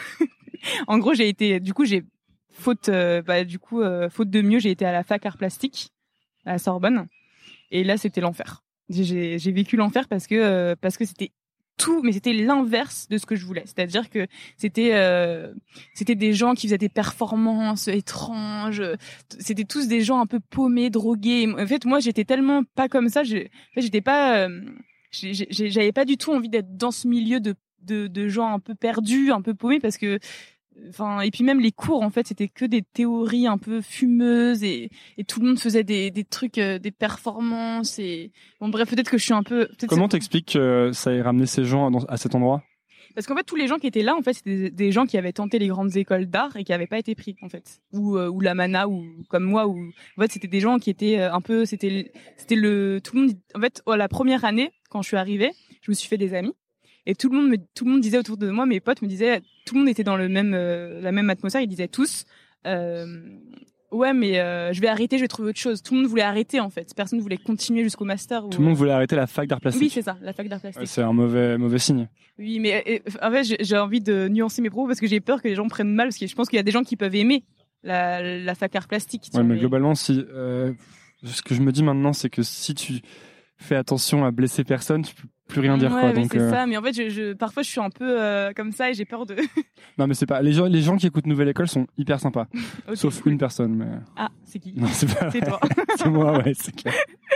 En gros, j'ai été, du coup, j'ai faute, euh, bah, du coup, euh, faute de mieux, j'ai été à la fac art plastique à la Sorbonne, et là, c'était l'enfer. J'ai, j'ai vécu l'enfer parce que euh, parce que c'était tout, mais c'était l'inverse de ce que je voulais. C'est-à-dire que c'était euh, c'était des gens qui faisaient des performances étranges. C'était tous des gens un peu paumés, drogués. En fait, moi, j'étais tellement pas comme ça. Je, en fait, j'étais pas, euh, j'ai, j'ai, j'avais pas du tout envie d'être dans ce milieu de de, de gens un peu perdus, un peu paumés, parce que, enfin, et puis même les cours, en fait, c'était que des théories un peu fumeuses, et, et tout le monde faisait des, des trucs, euh, des performances, et bon, bref, peut-être que je suis un peu. Comment t'expliques que ça ait ramené ces gens dans, à cet endroit? Parce qu'en fait, tous les gens qui étaient là, en fait, c'était des, des gens qui avaient tenté les grandes écoles d'art et qui n'avaient pas été pris, en fait, ou euh, ou la Mana, ou comme moi, ou en fait, c'était des gens qui étaient un peu, c'était c'était le tout le monde. En fait, oh, la première année, quand je suis arrivée, je me suis fait des amis. Et tout le monde me, tout le monde disait autour de moi, mes potes me disaient, tout le monde était dans le même, euh, la même atmosphère. Ils disaient tous, euh, ouais, mais euh, je vais arrêter, je vais trouver autre chose. Tout le monde voulait arrêter, en fait. Personne ne voulait continuer jusqu'au master. Ou... Tout le monde voulait arrêter la fac d'art plastique. Oui, c'est ça, la fac d'art plastique. Ouais, c'est un mauvais, mauvais signe. Oui, mais et, en fait, j'ai, j'ai envie de nuancer mes propos parce que j'ai peur que les gens prennent mal, parce que je pense qu'il y a des gens qui peuvent aimer la, la fac d'art plastique. Ouais, mais, mais globalement, si, euh, ce que je me dis maintenant, c'est que si tu fais attention à blesser personne, tu peux plus rien dire, ouais, quoi. Oui, donc c'est euh... ça. Mais en fait, je, je, parfois, je suis un peu euh, comme ça et j'ai peur de. Non, mais c'est pas. Les gens, les gens qui écoutent Nouvelle École sont hyper sympas. Okay. Sauf une personne, mais. Ah, c'est qui? Non, c'est pas. C'est toi. C'est moi, ouais, c'est clair.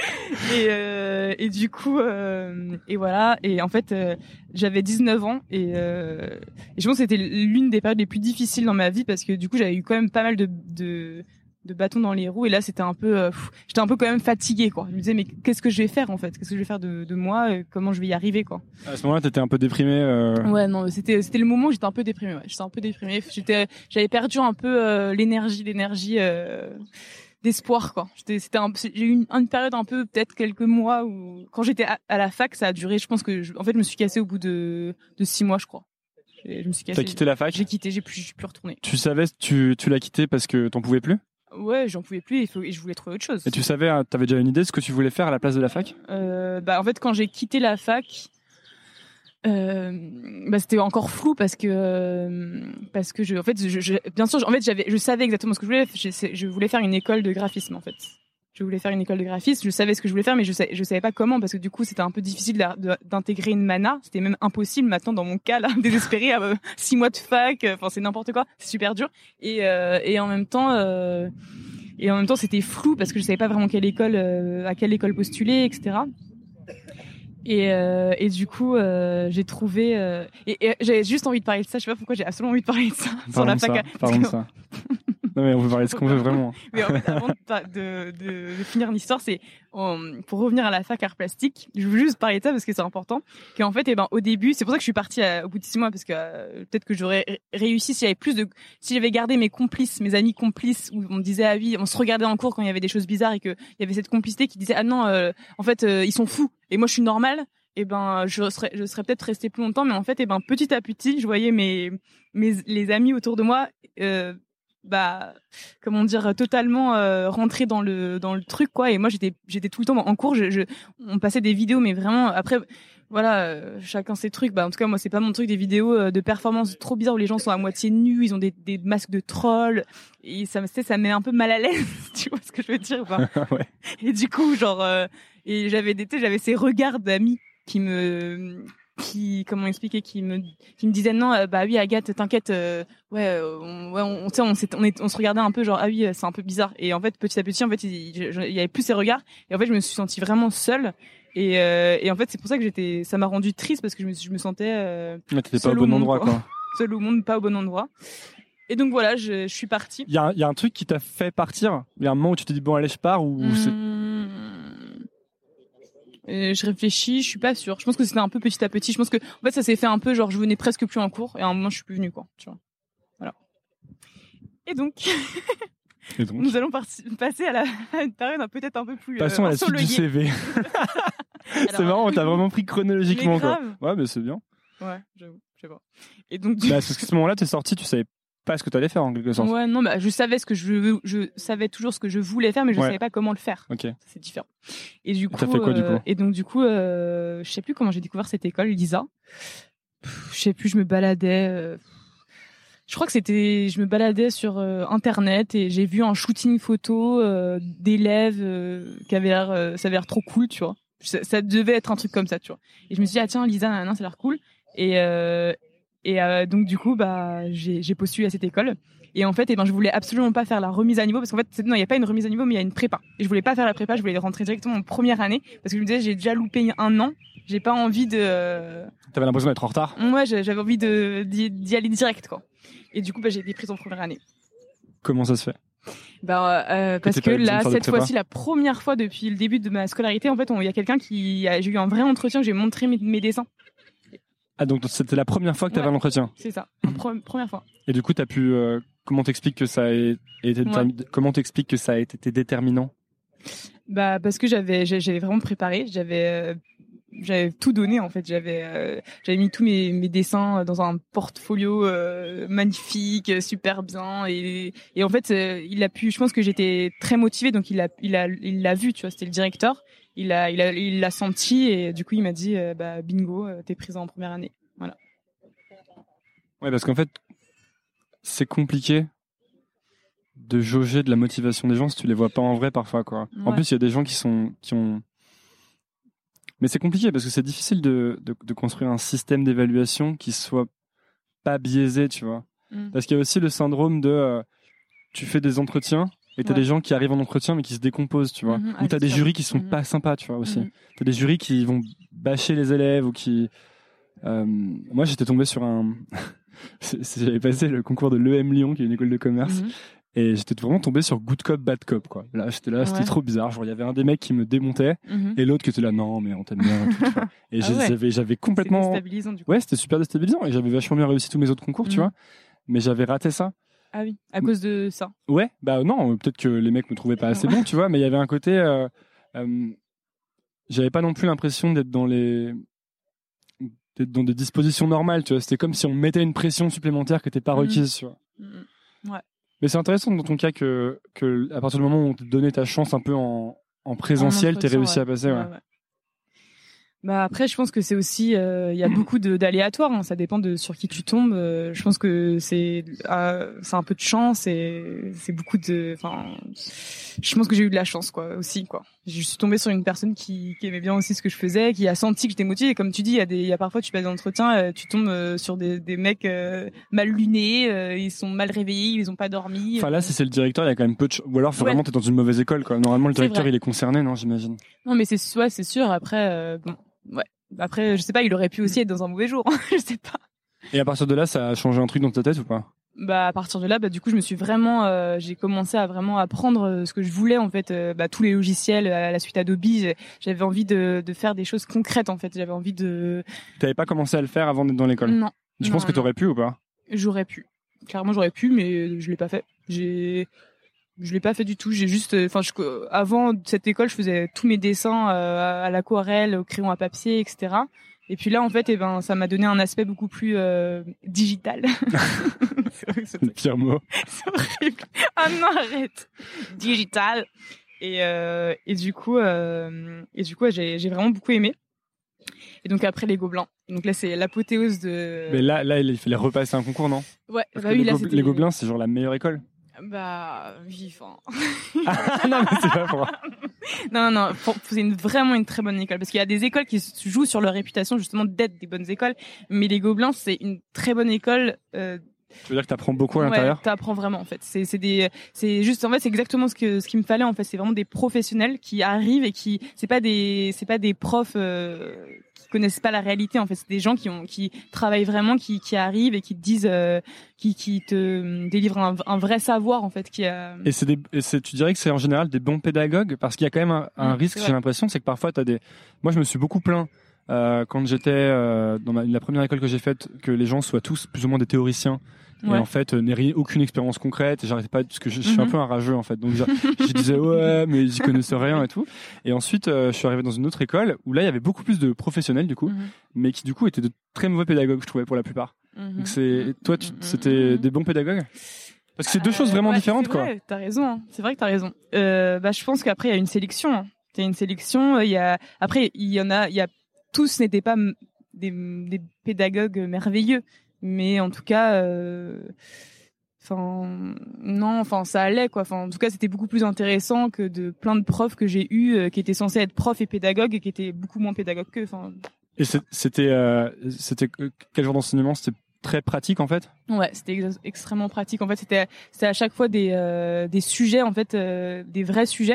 Et, euh, et du coup, euh, et voilà. Et en fait, euh, j'avais dix-neuf ans et, euh, et je pense que c'était l'une des périodes les plus difficiles dans ma vie parce que du coup, j'avais eu quand même pas mal de, de de bâtons dans les roues et là c'était un peu euh, pff, j'étais un peu quand même fatiguée, quoi. Je me disais mais qu'est-ce que je vais faire, en fait, qu'est-ce que je vais faire de, de moi, et comment je vais y arriver, quoi. À ce moment-là t'étais un peu déprimée euh... Ouais, non, c'était c'était le moment où j'étais un peu déprimée, ouais. J'étais un peu déprimée, j'étais j'avais perdu un peu euh, l'énergie l'énergie euh, d'espoir, quoi. J'étais c'était un, j'ai eu une, une période un peu, peut-être quelques mois où quand j'étais à, à la fac, ça a duré, je pense que je, en fait je me suis cassée au bout de de six mois, je crois. Je me suis cassée. T'as quitté la fac? J'ai quitté, j'ai plus j'ai plus retourné. Tu savais, tu tu l'as quitté parce que t'en pouvais plus? Ouais, j'en pouvais plus et, faut, et je voulais trouver autre chose. Et tu savais, t'avais déjà une idée de ce que tu voulais faire à la place de la fac? euh, Bah en fait, quand j'ai quitté la fac, euh, bah c'était encore flou parce que euh, parce que je, en fait, je, je, bien sûr, en fait, j'avais, je savais exactement ce que je voulais. Je, je voulais faire une école de graphisme, en fait. Je voulais faire une école de graphisme. Je savais ce que je voulais faire, mais je savais, je savais pas comment, parce que du coup, c'était un peu difficile de, d'intégrer une Mana. C'était même impossible maintenant dans mon cas, là, désespéré, à six mois de fac. Enfin, c'est n'importe quoi. C'est super dur. Et euh, et en même temps, euh, et en même temps, c'était flou parce que je savais pas vraiment quelle école, euh, à quelle école postuler, et cetera. Et euh, et du coup, euh, j'ai trouvé. Euh, et, et j'avais juste envie de parler de ça. Je sais pas pourquoi j'ai absolument envie de parler de ça sur la fac. Parlons de ça. Non mais on peut parler de ce qu'on veut vraiment. Mais en fait, avant de, de, de, de finir l'histoire, c'est um, pour revenir à la fac art plastique. Je veux juste parler de ça parce que c'est important. Qu'en fait, eh ben au début, c'est pour ça que je suis partie à, au bout de six mois, parce que euh, peut-être que j'aurais réussi si j'avais plus de, si j'avais gardé mes complices, mes amis complices, où on me disait ah oui, on se regardait en cours quand il y avait des choses bizarres et que il y avait cette complicité qui disait ah non, euh, en fait euh, ils sont fous et moi je suis normale. Et ben je serais je serais peut-être restée plus longtemps, mais en fait, et ben petit à petit, je voyais mes mes les amis autour de moi. Euh, bah comment dire, totalement euh, rentré dans le dans le truc, quoi. Et moi j'étais j'étais tout le temps en cours, je, je on passait des vidéos, mais vraiment après voilà, euh, chacun ses trucs. Bah en tout cas moi c'est pas mon truc, des vidéos euh, de performances trop bizarres où les gens sont à moitié nus, ils ont des des masques de trolls et ça me ça me met un peu mal à l'aise. Tu vois ce que je veux dire, enfin, ouais. Et du coup genre euh, et j'avais des j'avais ces regards d'amis qui me qui, comment expliquer, qui me, qui me disait non, euh, bah oui, Agathe, t'inquiète, euh, ouais, euh, on, ouais, on, tu sais, on, s'est, on, est, on se regardait un peu genre ah oui, c'est un peu bizarre. Et en fait, petit à petit, en fait, il, il, il y avait plus ces regards. Et en fait, je me suis sentie vraiment seule. Et, euh, et en fait, c'est pour ça que j'étais, ça m'a rendue triste parce que je me, je me sentais. Euh, Mais t'étais pas au bon monde, endroit, quoi. quoi. Seule au monde, pas au bon endroit. Et donc voilà, je, je suis partie. Il y a, il y a un truc qui t'a fait partir. Il y a un moment où tu te dis bon allez, je pars ou mmh... c'est... Euh, je réfléchis, je suis pas sûre. Je pense que c'était un peu petit à petit. Je pense que en fait ça s'est fait un peu genre je venais presque plus en cours et à un moment je suis plus venue quoi. Tu vois. Voilà. Et donc, et donc nous allons parti- passer à, la, à une période peut-être un peu plus. Passons euh, à la suite du C V. C'est Alors, marrant, t'as vraiment pris chronologiquement quoi. Ouais, mais c'est bien. Ouais, j'avoue, je sais pas. Et donc. Du... Bah, parce qu'à ce moment-là, t'es sorti, tu savais pas ce que t'allais faire en quelque sorte. Ouais, non, bah je savais ce que je, je savais toujours ce que je voulais faire, mais je ouais. savais pas comment le faire. Ok. C'est différent. Et du coup. T'as fait quoi euh, du coup Et donc du coup, euh, je sais plus comment j'ai découvert cette école, Lisa. Je sais plus, je me baladais. Euh... Je crois que c'était, je me baladais sur euh, internet et j'ai vu un shooting photo euh, d'élèves euh, qui avait l'air, euh, ça avait l'air trop cool, tu vois. Ça, ça devait être un truc comme ça, tu vois. Et je me suis dit ah tiens Lisa, nan, nan, ça a l'air cool. Et euh, et euh, donc du coup bah j'ai, j'ai postulé à cette école. Et en fait, eh ben, je voulais absolument pas faire la remise à niveau parce qu'en fait, c'est, non, il y a pas une remise à niveau, mais il y a une prépa. Et je voulais pas faire la prépa, je voulais rentrer directement en première année parce que je me disais, j'ai déjà loupé un an, j'ai pas envie de. T'avais l'impression d'être en retard. Ouais, j'avais envie de d'y, d'y aller direct, quoi. Et du coup, bah, j'ai été prise en première année. Comment ça se fait? Bah, euh, parce que là, cette fois-ci, la première fois depuis le début de ma scolarité, en fait, il y a quelqu'un qui, a, j'ai eu un vrai entretien, j'ai montré mes, mes dessins. Ah, donc c'était la première fois que t'avais ouais, un entretien? C'est ça, la pre- première fois. Et du coup, t'as pu, euh, comment t'expliques que ça a été, ouais. comment t'expliques que ça a été déterminant? Bah, parce que j'avais, j'avais vraiment préparé, j'avais, euh, j'avais tout donné en fait, j'avais, euh, j'avais mis tous mes, mes dessins dans un portfolio euh, magnifique, super bien, et, et en fait, euh, il a pu, je pense que j'étais très motivée, donc il a, il a, il l'a vu, tu vois, c'était le directeur. Il a, il a, il l'a senti et du coup il m'a dit, euh, bah bingo, euh, t'es prise en première année. Voilà. Ouais, parce qu'en fait, c'est compliqué de jauger de la motivation des gens si tu les vois pas en vrai parfois, quoi. Ouais. En plus, il y a des gens qui sont, qui ont. Mais c'est compliqué parce que c'est difficile de, de, de construire un système d'évaluation qui soit pas biaisé, tu vois. Mm. Parce qu'il y a aussi le syndrome de, euh, tu fais des entretiens. Et t'as ouais. des gens qui arrivent en entretien mais qui se décomposent, tu vois. Mmh, ou t'as des jurys qui sont mmh. pas sympas, tu vois, aussi. Mmh. T'as des jurys qui vont bâcher les élèves ou qui... Euh, moi, j'étais tombé sur un... J'avais passé le concours de l'E M Lyon, qui est une école de commerce, mmh. et j'étais vraiment tombé sur Good Cop, Bad Cop, quoi. Là, j'étais là, ouais. c'était trop bizarre. Genre, il y avait un des mecs qui me démontait, mmh. et l'autre qui était là, non, mais on t'aime bien, tout, tu vois. Et ah ouais. j'avais, j'avais complètement... C'était déstabilisant, du coup. Ouais, c'était super déstabilisant, et j'avais vachement bien réussi tous mes autres concours, mmh. tu vois. Mais j'avais raté ça. Ah oui, à cause de ça. Ouais, bah non, peut-être que les mecs me trouvaient pas assez ouais. bon, tu vois, mais il y avait un côté, euh, euh, j'avais pas non plus l'impression d'être dans les, d'être dans des dispositions normales, tu vois. C'était comme si on mettait une pression supplémentaire qui était pas requise, mmh. tu vois. Mmh. Ouais. Mais c'est intéressant dans ton cas que, que à partir du moment où on te donnait ta chance un peu en, en présentiel, en t'es réussi ouais. à passer, ouais. ouais, ouais. Bah après, je pense que c'est aussi, il euh, y a beaucoup de, d'aléatoires. Hein, ça dépend de sur qui tu tombes. Euh, je pense que c'est, euh, c'est un peu de chance et c'est beaucoup de. Enfin, je pense que j'ai eu de la chance, quoi, aussi, quoi. Je suis tombée sur une personne qui, qui aimait bien aussi ce que je faisais, qui a senti que j'étais motivée. Et comme tu dis, il y a des, il y a parfois tu passes des entretiens, euh, tu tombes euh, sur des, des mecs euh, mal lunés, euh, ils sont mal réveillés, ils ont pas dormi. Enfin là, si c'est le directeur, il y a quand même peu de. Ch- Ou alors, faut ouais. vraiment t'es dans une mauvaise école, quoi. Normalement, le directeur, il est concerné, non, j'imagine. Non, mais c'est, ouais, c'est sûr. Après, euh, bon. Ouais. Après, je sais pas, il aurait pu aussi être dans un mauvais jour. je sais pas. Et à partir de là, ça a changé un truc dans ta tête ou pas? Bah, à partir de là, bah, du coup, je me suis vraiment, euh, j'ai commencé à vraiment apprendre ce que je voulais, en fait, euh, bah, tous les logiciels à la suite Adobe. J'avais envie de, de faire des choses concrètes, en fait. J'avais envie de. T'avais pas commencé à le faire avant d'être dans l'école? Non. Tu non, penses que non. t'aurais pu ou pas? J'aurais pu. Clairement, j'aurais pu, mais je l'ai pas fait. J'ai, Je l'ai pas fait du tout. J'ai juste, enfin, euh, avant cette école, je faisais tous mes dessins euh, à l'aquarelle, au crayon à papier, et cetera. Et puis là, en fait, eh ben, ça m'a donné un aspect beaucoup plus euh, digital. C'est vrai que c'est le pire mot. C'est horrible. Ah non, arrête. Digital. Et euh, et du coup, euh, et du coup, j'ai j'ai vraiment beaucoup aimé. Et donc après les Gobelins. Donc là, c'est l'apothéose de. Mais là, là, il fallait repasser un concours, non? Ouais. Parce bah que oui, les, là, go- les Gobelins, c'est genre la meilleure école. Bah, vivant. Ah, non, mais c'est pas pour moi. Non, non, pour, c'est une, vraiment une très bonne école. Parce qu'il y a des écoles qui se jouent sur leur réputation, justement, d'être des bonnes écoles. Mais les Gobelins, c'est une très bonne école, euh, Tu veux dire que t'apprends beaucoup à ouais, l'intérieur? T'apprends vraiment, en fait. C'est, c'est des, c'est juste, en fait, c'est exactement ce que, ce qu'il me fallait, en fait. C'est vraiment des professionnels qui arrivent et qui, c'est pas des, c'est pas des profs, euh, qui connaissent pas la réalité, en fait. C'est des gens qui ont, qui travaillent vraiment, qui, qui arrivent et qui te disent, euh, qui, qui te délivrent un, un vrai savoir, en fait, qui a... Et c'est des, et c'est, tu dirais que c'est en général des bons pédagogues? Parce qu'il y a quand même un, un mmh, risque, j'ai l'impression, c'est que parfois t'as des, moi je me suis beaucoup plaint, euh, quand j'étais, euh, dans ma, la première école que j'ai faite, que les gens soient tous plus ou moins des théoriciens. Ouais. Et en fait, euh, n'ai aucune expérience concrète. Et j'arrêtais pas, parce que je, je suis mm-hmm. un peu un rageux en fait. Donc je, je disais ouais, mais j'y connaissais rien et tout. Et ensuite, euh, je suis arrivé dans une autre école où là, il y avait beaucoup plus de professionnels du coup, mm-hmm. mais qui du coup étaient de très mauvais pédagogues, je trouvais pour la plupart. Mm-hmm. Donc c'est, toi, tu, c'était mm-hmm. des bons pédagogues? Parce que c'est deux euh, choses vraiment ouais, différentes, c'est quoi. Vrai, t'as raison. Hein. C'est vrai que t'as raison. Euh, bah, je pense qu'après il y a une sélection. Hein. Il y a une sélection. Il y a après il y en a, il y a tous n'étaient pas m- des, des pédagogues merveilleux, mais en tout cas. Euh, Enfin, non, enfin, ça allait, quoi. Enfin, en tout cas, c'était beaucoup plus intéressant que de plein de profs que j'ai eus, euh, qui étaient censés être profs et pédagogues et qui étaient beaucoup moins pédagogues qu'eux. Enfin. Et c'était, euh, c'était quel genre d'enseignement? C'était très pratique, en fait? Ouais, c'était ex- extrêmement pratique. En fait, c'était, c'était à chaque fois des, euh, des sujets, en fait, euh, des vrais sujets.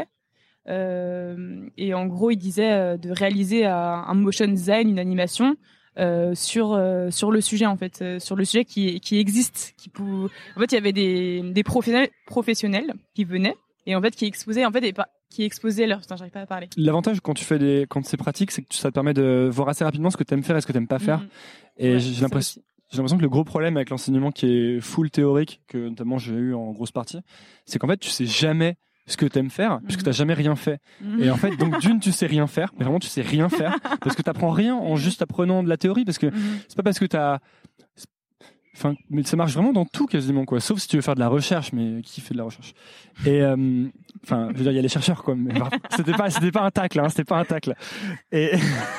Euh, et en gros, il disait euh, de réaliser un, un motion design, une animation. Euh, sur euh, sur le sujet en fait, euh, sur le sujet qui qui existe, qui pou... en fait il y avait des des professionnels professionnels qui venaient et en fait qui exposaient en fait et pas qui exposaient leur, putain j'arrive pas à parler. L'avantage quand tu fais des quand c'est pratique, c'est que ça te permet de voir assez rapidement ce que t'aimes faire et ce que t'aimes pas faire. Mmh. Et ouais, j'ai l'impression j'ai l'impression que le gros problème avec l'enseignement qui est full théorique, que notamment j'ai eu en grosse partie, c'est qu'en fait tu sais jamais ce que t'aimes faire, mm-hmm. puisque t'as jamais rien fait. Mm-hmm. Et en fait, donc d'une, tu sais rien faire, mais vraiment tu sais rien faire, parce que t'apprends rien en juste apprenant de la théorie, parce que mm-hmm. c'est pas parce que t'as, enfin, mais ça marche vraiment dans tout quasiment, quoi, sauf si tu veux faire de la recherche, mais qui fait de la recherche? Et euh, enfin, je veux dire, il y a les chercheurs, quoi, mais c'était pas, c'était pas un tacle, hein, c'était pas un tacle. Et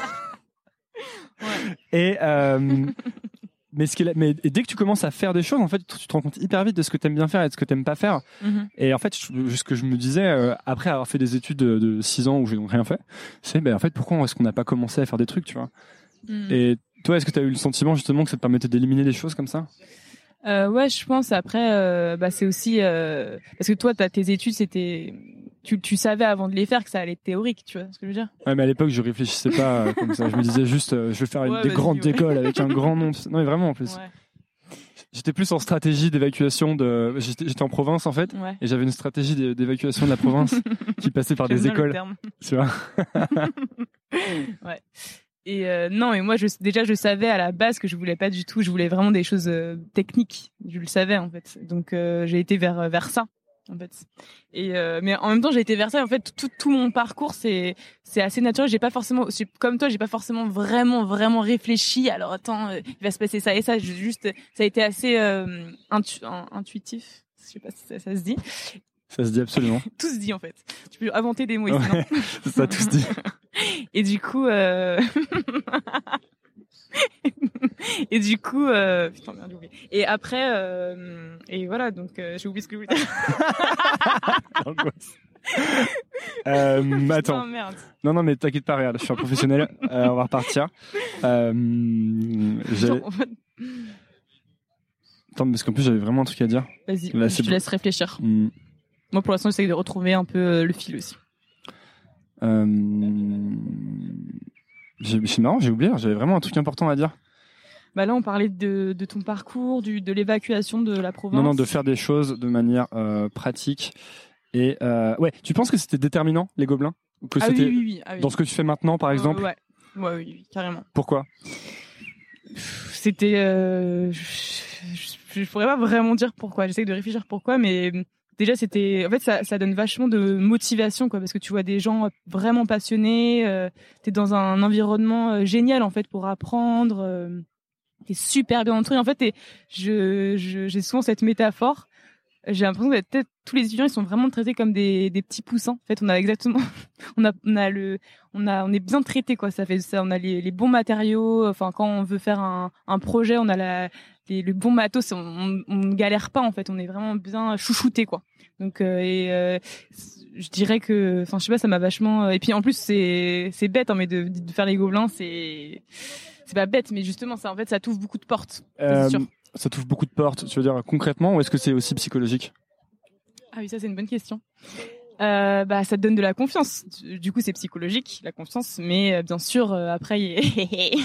ouais. et euh, Mais, ce qui est, mais et dès que tu commences à faire des choses, en fait, tu te rends compte hyper vite de ce que t'aimes bien faire et de ce que t'aimes pas faire. Mm-hmm. Et en fait, je, ce que je me disais, euh, après avoir fait des études de, de six ans où j'ai donc rien fait, c'est, ben, en fait, pourquoi est-ce qu'on n'a pas commencé à faire des trucs, tu vois? Mm. Et toi, est-ce que t'as eu le sentiment, justement, que ça te permettait d'éliminer des choses comme ça? Euh, ouais, je pense. Après, euh, bah, c'est aussi, euh, parce que toi, t'as tes études, c'était, tu, tu savais avant de les faire que ça allait être théorique, tu vois ce que je veux dire? Ouais, mais à l'époque, je réfléchissais pas euh, comme ça. Je me disais juste, euh, je vais faire ouais, une, des grandes ouais. écoles avec un grand nom. Non, mais vraiment, en plus. Ouais. J'étais plus en stratégie d'évacuation de, j'étais, j'étais en province, en fait. Ouais. Et j'avais une stratégie d'évacuation de la province qui passait par des écoles. Tu vois? Ouais. Et euh, non, mais moi, je, déjà, je savais à la base que je voulais pas du tout. Je voulais vraiment des choses euh, techniques. Je le savais en fait. Donc, euh, j'ai été vers vers ça, en fait. Et euh, mais en même temps, j'ai été vers ça. En fait, tout tout mon parcours, c'est c'est assez naturel. J'ai pas forcément, comme toi, j'ai pas forcément vraiment vraiment réfléchi. Alors attends, euh, il va se passer ça et ça. Juste, ça a été assez euh, intu, intuitif. Je sais pas si ça, ça se dit. Ça se dit absolument. Tout se dit en fait. Tu peux inventer des mots ici, ouais, non? C'est ça, tout se dit. Et du coup, euh... et du coup, euh... putain merde, j'ai oublié. Et après, euh... et voilà, donc euh, j'ai oublié ce que je voulais dire. euh, attends. Oh, merde. Non, non, mais t'inquiète pas, regarde, je suis un professionnel. euh, on va repartir. Euh... Genre, en fait... Attends, parce qu'en plus j'avais vraiment un truc à dire. Vas-y, là, je te bon. laisse réfléchir. Mm. Moi, pour l'instant, j'essaie de retrouver un peu euh, le fil aussi. Euh... C'est marrant, j'ai oublié. J'avais vraiment un truc important à dire. Bah là, on parlait de, de ton parcours, du, de l'évacuation de la province. Non, non, de faire des choses de manière euh, pratique. Et euh, ouais, tu penses que c'était déterminant, les Gobelins? Que ah, c'était oui, oui, oui. Ah, oui. Dans ce que tu fais maintenant, par exemple? euh, Ouais, ouais, oui, oui, carrément. Pourquoi? C'était... Euh, je, je, je pourrais pas vraiment dire pourquoi. J'essaie de réfléchir pourquoi, mais... Déjà, c'était, en fait, ça, ça donne vachement de motivation, quoi, parce que tu vois des gens vraiment passionnés, euh, t'es dans un environnement euh, génial, en fait, pour apprendre, euh, t'es super bien entouré. En fait, t'es, je, je, j'ai souvent cette métaphore, j'ai l'impression que peut-être tous les étudiants ils sont vraiment traités comme des des petits poussins. En fait, on a exactement on a on a le on a on est bien traités quoi, ça fait ça, on a les les bons matériaux, enfin quand on veut faire un un projet, on a la les, le bon matos, on, on on ne galère pas en fait, on est vraiment bien chouchoutés quoi. Donc euh, et euh, je dirais que enfin je sais pas, ça m'a vachement et puis en plus c'est c'est bête hein, mais de de faire les gobelins, c'est c'est pas bête mais justement ça en fait ça t'ouvre beaucoup de portes. Euh... C'est sûr. Ça t'ouvre beaucoup de portes, tu veux dire concrètement, ou est-ce que c'est aussi psychologique? Ah oui, ça c'est une bonne question. Euh, bah ça te donne de la confiance. Du coup c'est psychologique la confiance, mais euh, bien sûr euh, après il y...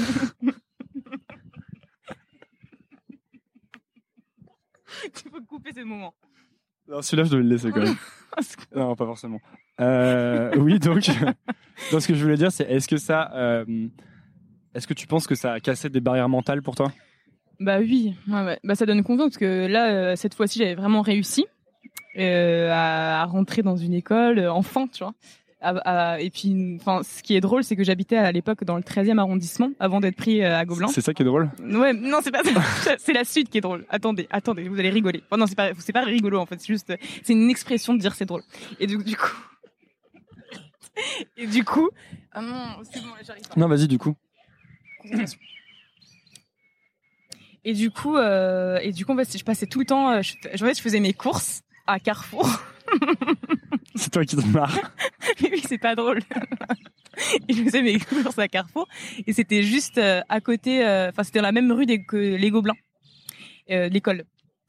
tu peux couper ce moment. Non, celui-là je devais le laisser quand même. Non, pas forcément. Euh, oui, donc, donc ce que je voulais dire c'est est-ce que ça, euh, est-ce que tu penses que ça a cassé des barrières mentales pour toi? Bah oui, ouais, ouais. Bah ça donne confiance parce que là euh, cette fois-ci j'avais vraiment réussi euh, à, à rentrer dans une école euh, enfin, tu vois. À, à, et puis, enfin, ce qui est drôle, c'est que j'habitais à l'époque dans le treizième arrondissement avant d'être pris euh, à Gobelins. C'est ça qui est drôle. Ouais, non, c'est pas ça. C'est la suite qui est drôle. Attendez, attendez, vous allez rigoler. Enfin, non, c'est pas, c'est pas rigolo en fait. C'est juste, c'est une expression de dire c'est drôle. Et du, du coup, et du coup, ah non, c'est bon, j'arrive pas. Non, vas-y, du coup. Concentration. Et du coup, euh, et du coup, en fait, je passais tout le temps. Euh, je, en fait, je faisais mes courses à Carrefour. C'est toi qui te marres. Mais oui, c'est pas drôle. Et je faisais mes courses à Carrefour et c'était juste euh, à côté. Enfin, euh, c'était dans la même rue des, que les Gobelins, euh, l'école.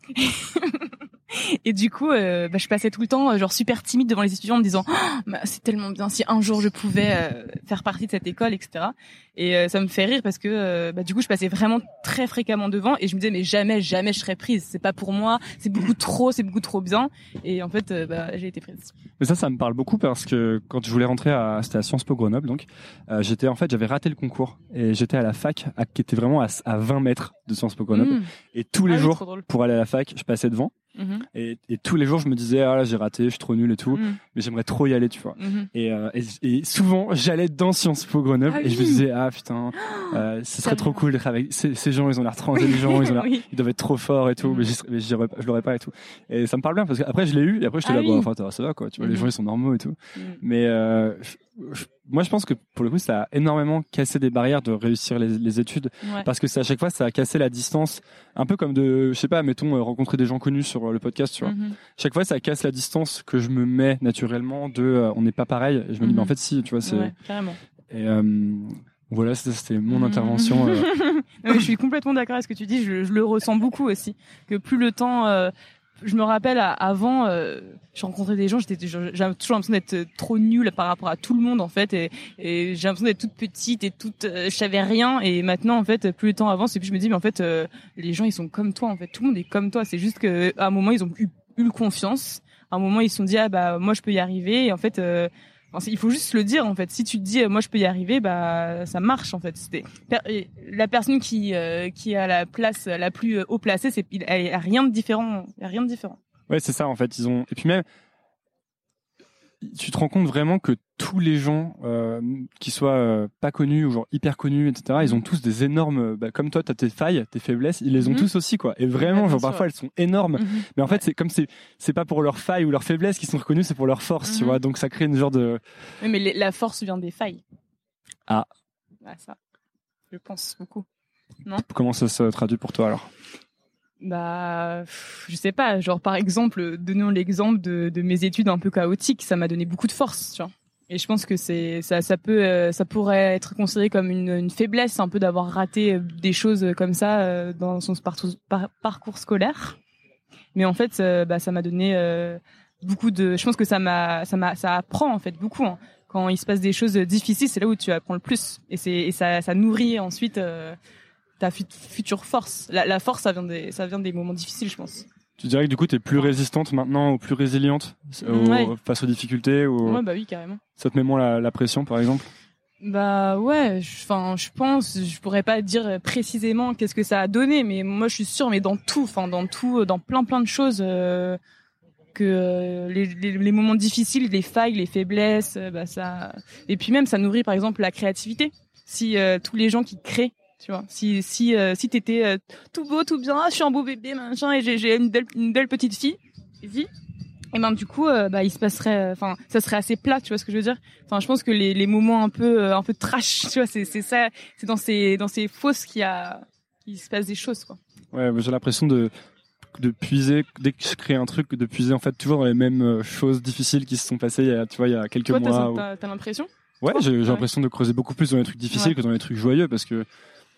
Et du coup, euh, bah, je passais tout le temps, genre super timide devant les étudiants, en me disant, oh, bah, c'est tellement bien si un jour je pouvais euh, faire partie de cette école, et cetera. Et euh, ça me fait rire parce que, euh, bah, du coup, je passais vraiment très fréquemment devant et je me disais, mais jamais, jamais je serais prise. C'est pas pour moi, c'est beaucoup trop, c'est beaucoup trop bien. Et en fait, euh, bah, j'ai été prise. Mais ça, ça me parle beaucoup parce que quand je voulais rentrer à, c'était à Sciences Po Grenoble, donc, euh, j'étais en fait, j'avais raté le concours et j'étais à la fac, à, qui était vraiment à, à vingt mètres de Sciences Po Grenoble. Mmh. Et tous les ah, jours, oui, pour aller à la fac, je passais devant. Mmh. Et, et tous les jours je me disais ah là j'ai raté, je suis trop nul et tout, mmh. mais j'aimerais trop y aller, tu vois. Mmh. Et, euh, et, et souvent j'allais dans Sciences Po Grenoble ah, et oui. je me disais ah putain euh, ce serait trop cool d'être avec ces, ces gens, ils ont l'air trop intelligents, ils ont l'air, oui. ils doivent être trop forts et tout, mmh. mais, mais je l'aurais pas et tout. Et ça me parle bien parce qu'après je l'ai eu et après j'étais ah, là oui. bon, enfin ça va quoi, tu vois, mmh. les gens ils sont normaux et tout. Mmh. Mais euh, je, je, moi je pense que pour le coup ça a énormément cassé des barrières de réussir les, les études ouais. parce que c'est à chaque fois ça a cassé la distance, un peu comme de je sais pas mettons rencontrer des gens connus sur le podcast, tu vois. Mmh. Chaque fois ça casse la distance que je me mets naturellement de euh, on n'est pas pareil et je me mmh. dis mais en fait si, tu vois, c'est ouais, carrément. Et euh, voilà, c'était mon mmh. intervention. Euh... non, mais je suis complètement d'accord avec ce que tu dis, je, je le ressens beaucoup aussi, que plus le temps euh, je me rappelle avant, euh, je rencontrais des gens, j'étais, j'avais toujours l'impression d'être trop nulle par rapport à tout le monde en fait, et, et j'ai l'impression d'être toute petite et toute, euh, je savais rien. Et maintenant en fait, plus le temps avance et plus je me dis mais en fait, euh, les gens ils sont comme toi en fait, tout le monde est comme toi. C'est juste que à un moment ils ont eu, eu confiance, à un moment ils se sont dit ah bah moi je peux y arriver. Et en fait, euh, il faut juste le dire en fait. Si tu te dis moi je peux y arriver, bah ça marche en fait. C'était la personne qui euh, qui a la place la plus haut placée, c'est elle a rien de différent, il y a rien de différent. Ouais, c'est ça en fait, ils ont et puis même tu te rends compte vraiment que tous les gens euh, qui soient euh, pas connus ou genre hyper connus, et cetera, ils ont tous des énormes, bah, comme toi, t'as tes failles, tes faiblesses, ils les ont mm-hmm. tous aussi, quoi. Et vraiment, ouais, genre sûr. Parfois elles sont énormes, mm-hmm. mais en fait ouais. c'est comme c'est c'est pas pour leurs failles ou leurs faiblesses qu'ils sont reconnus, c'est pour leurs forces, mm-hmm. tu vois. Donc ça crée une genre de. Oui, mais les, la force vient des failles. Ah. Ouais, ça. Je pense beaucoup. Non. Comment ça se traduit pour toi alors? Bah, je sais pas, genre par exemple, donnons l'exemple de, de mes études un peu chaotiques, ça m'a donné beaucoup de force, tu vois. Et je pense que c'est ça, ça peut, euh, ça pourrait être considéré comme une, une faiblesse un peu d'avoir raté des choses comme ça euh, dans son parcours, par, parcours scolaire. Mais en fait, euh, bah ça m'a donné euh, beaucoup de. Je pense que ça m'a, ça m'a, ça apprend en fait beaucoup. Hein. Quand il se passe des choses difficiles, c'est là où tu apprends le plus. Et c'est, et ça, ça nourrit ensuite. Euh, ta future force. La, la force, ça vient des, ça vient des moments difficiles, je pense. Tu dirais que du coup, t'es plus résistante maintenant ou plus résiliente au, ouais. face aux difficultés ou... Ouais, bah oui, carrément. Ça te met moins la, la pression, par exemple? Bah ouais, enfin, je pense, je pourrais pas dire précisément qu'est-ce que ça a donné, mais moi, je suis sûre, mais dans tout, enfin, dans tout, dans plein, plein de choses, euh, que euh, les, les, les moments difficiles, les failles, les faiblesses, euh, bah ça... Et puis même, ça nourrit, par exemple, la créativité. Si euh, tous les gens qui créent, tu vois, si si euh, si t'étais euh, tout beau, tout bien, je suis un beau bébé, machin, et j'ai j'ai une belle une belle petite fille, vie. Et ben du coup, euh, bah il se passerait, enfin, euh, ça serait assez plat, tu vois ce que je veux dire. Enfin, je pense que les, les moments un peu, euh, un peu trash, tu vois, c'est, c'est ça, c'est dans ces, dans ces fausses qu'il y a, il se passe des choses, quoi. Ouais, j'ai l'impression de, de puiser dès que je crée un truc, de puiser en fait toujours dans les mêmes choses difficiles qui se sont passées, il y a, tu vois, il y a quelques Toi, mois. Toi, ou... t'as, t'as l'impression? Ouais, Toi j'ai, j'ai ouais. l'impression de creuser beaucoup plus dans les trucs difficiles ouais. que dans les trucs joyeux, parce que.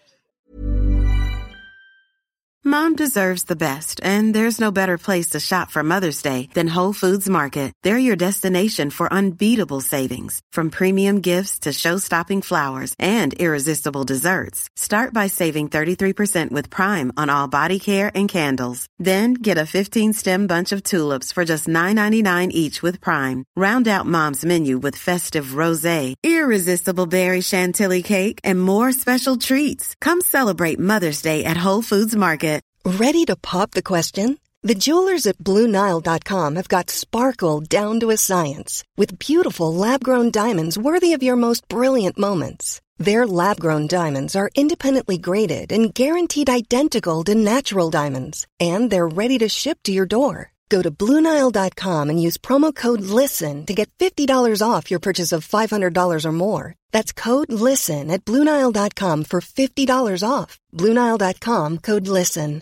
Mom deserves the best, and there's no better place to shop for Mother's Day than Whole Foods Market. They're your destination for unbeatable savings, from premium gifts to show-stopping flowers and irresistible desserts. Start by saving thirty-three percent with Prime on all body care and candles. Then get a fifteen-stem bunch of tulips for just nine ninety-nine each with Prime. Round out Mom's menu with festive rosé, irresistible berry chantilly cake, and more special treats. Come celebrate Mother's Day at Whole Foods Market. Ready to pop the question? The jewelers at Blue Nile dot com have got sparkle down to a science with beautiful lab-grown diamonds worthy of your most brilliant moments. Their lab-grown diamonds are independently graded and guaranteed identical to natural diamonds, and they're ready to ship to your door. Go to Blue Nile dot com and use promo code LISTEN to get fifty dollars off your purchase of five hundred dollars or more. That's code LISTEN at Blue Nile dot com for fifty dollars off. Blue Nile dot com, code LISTEN.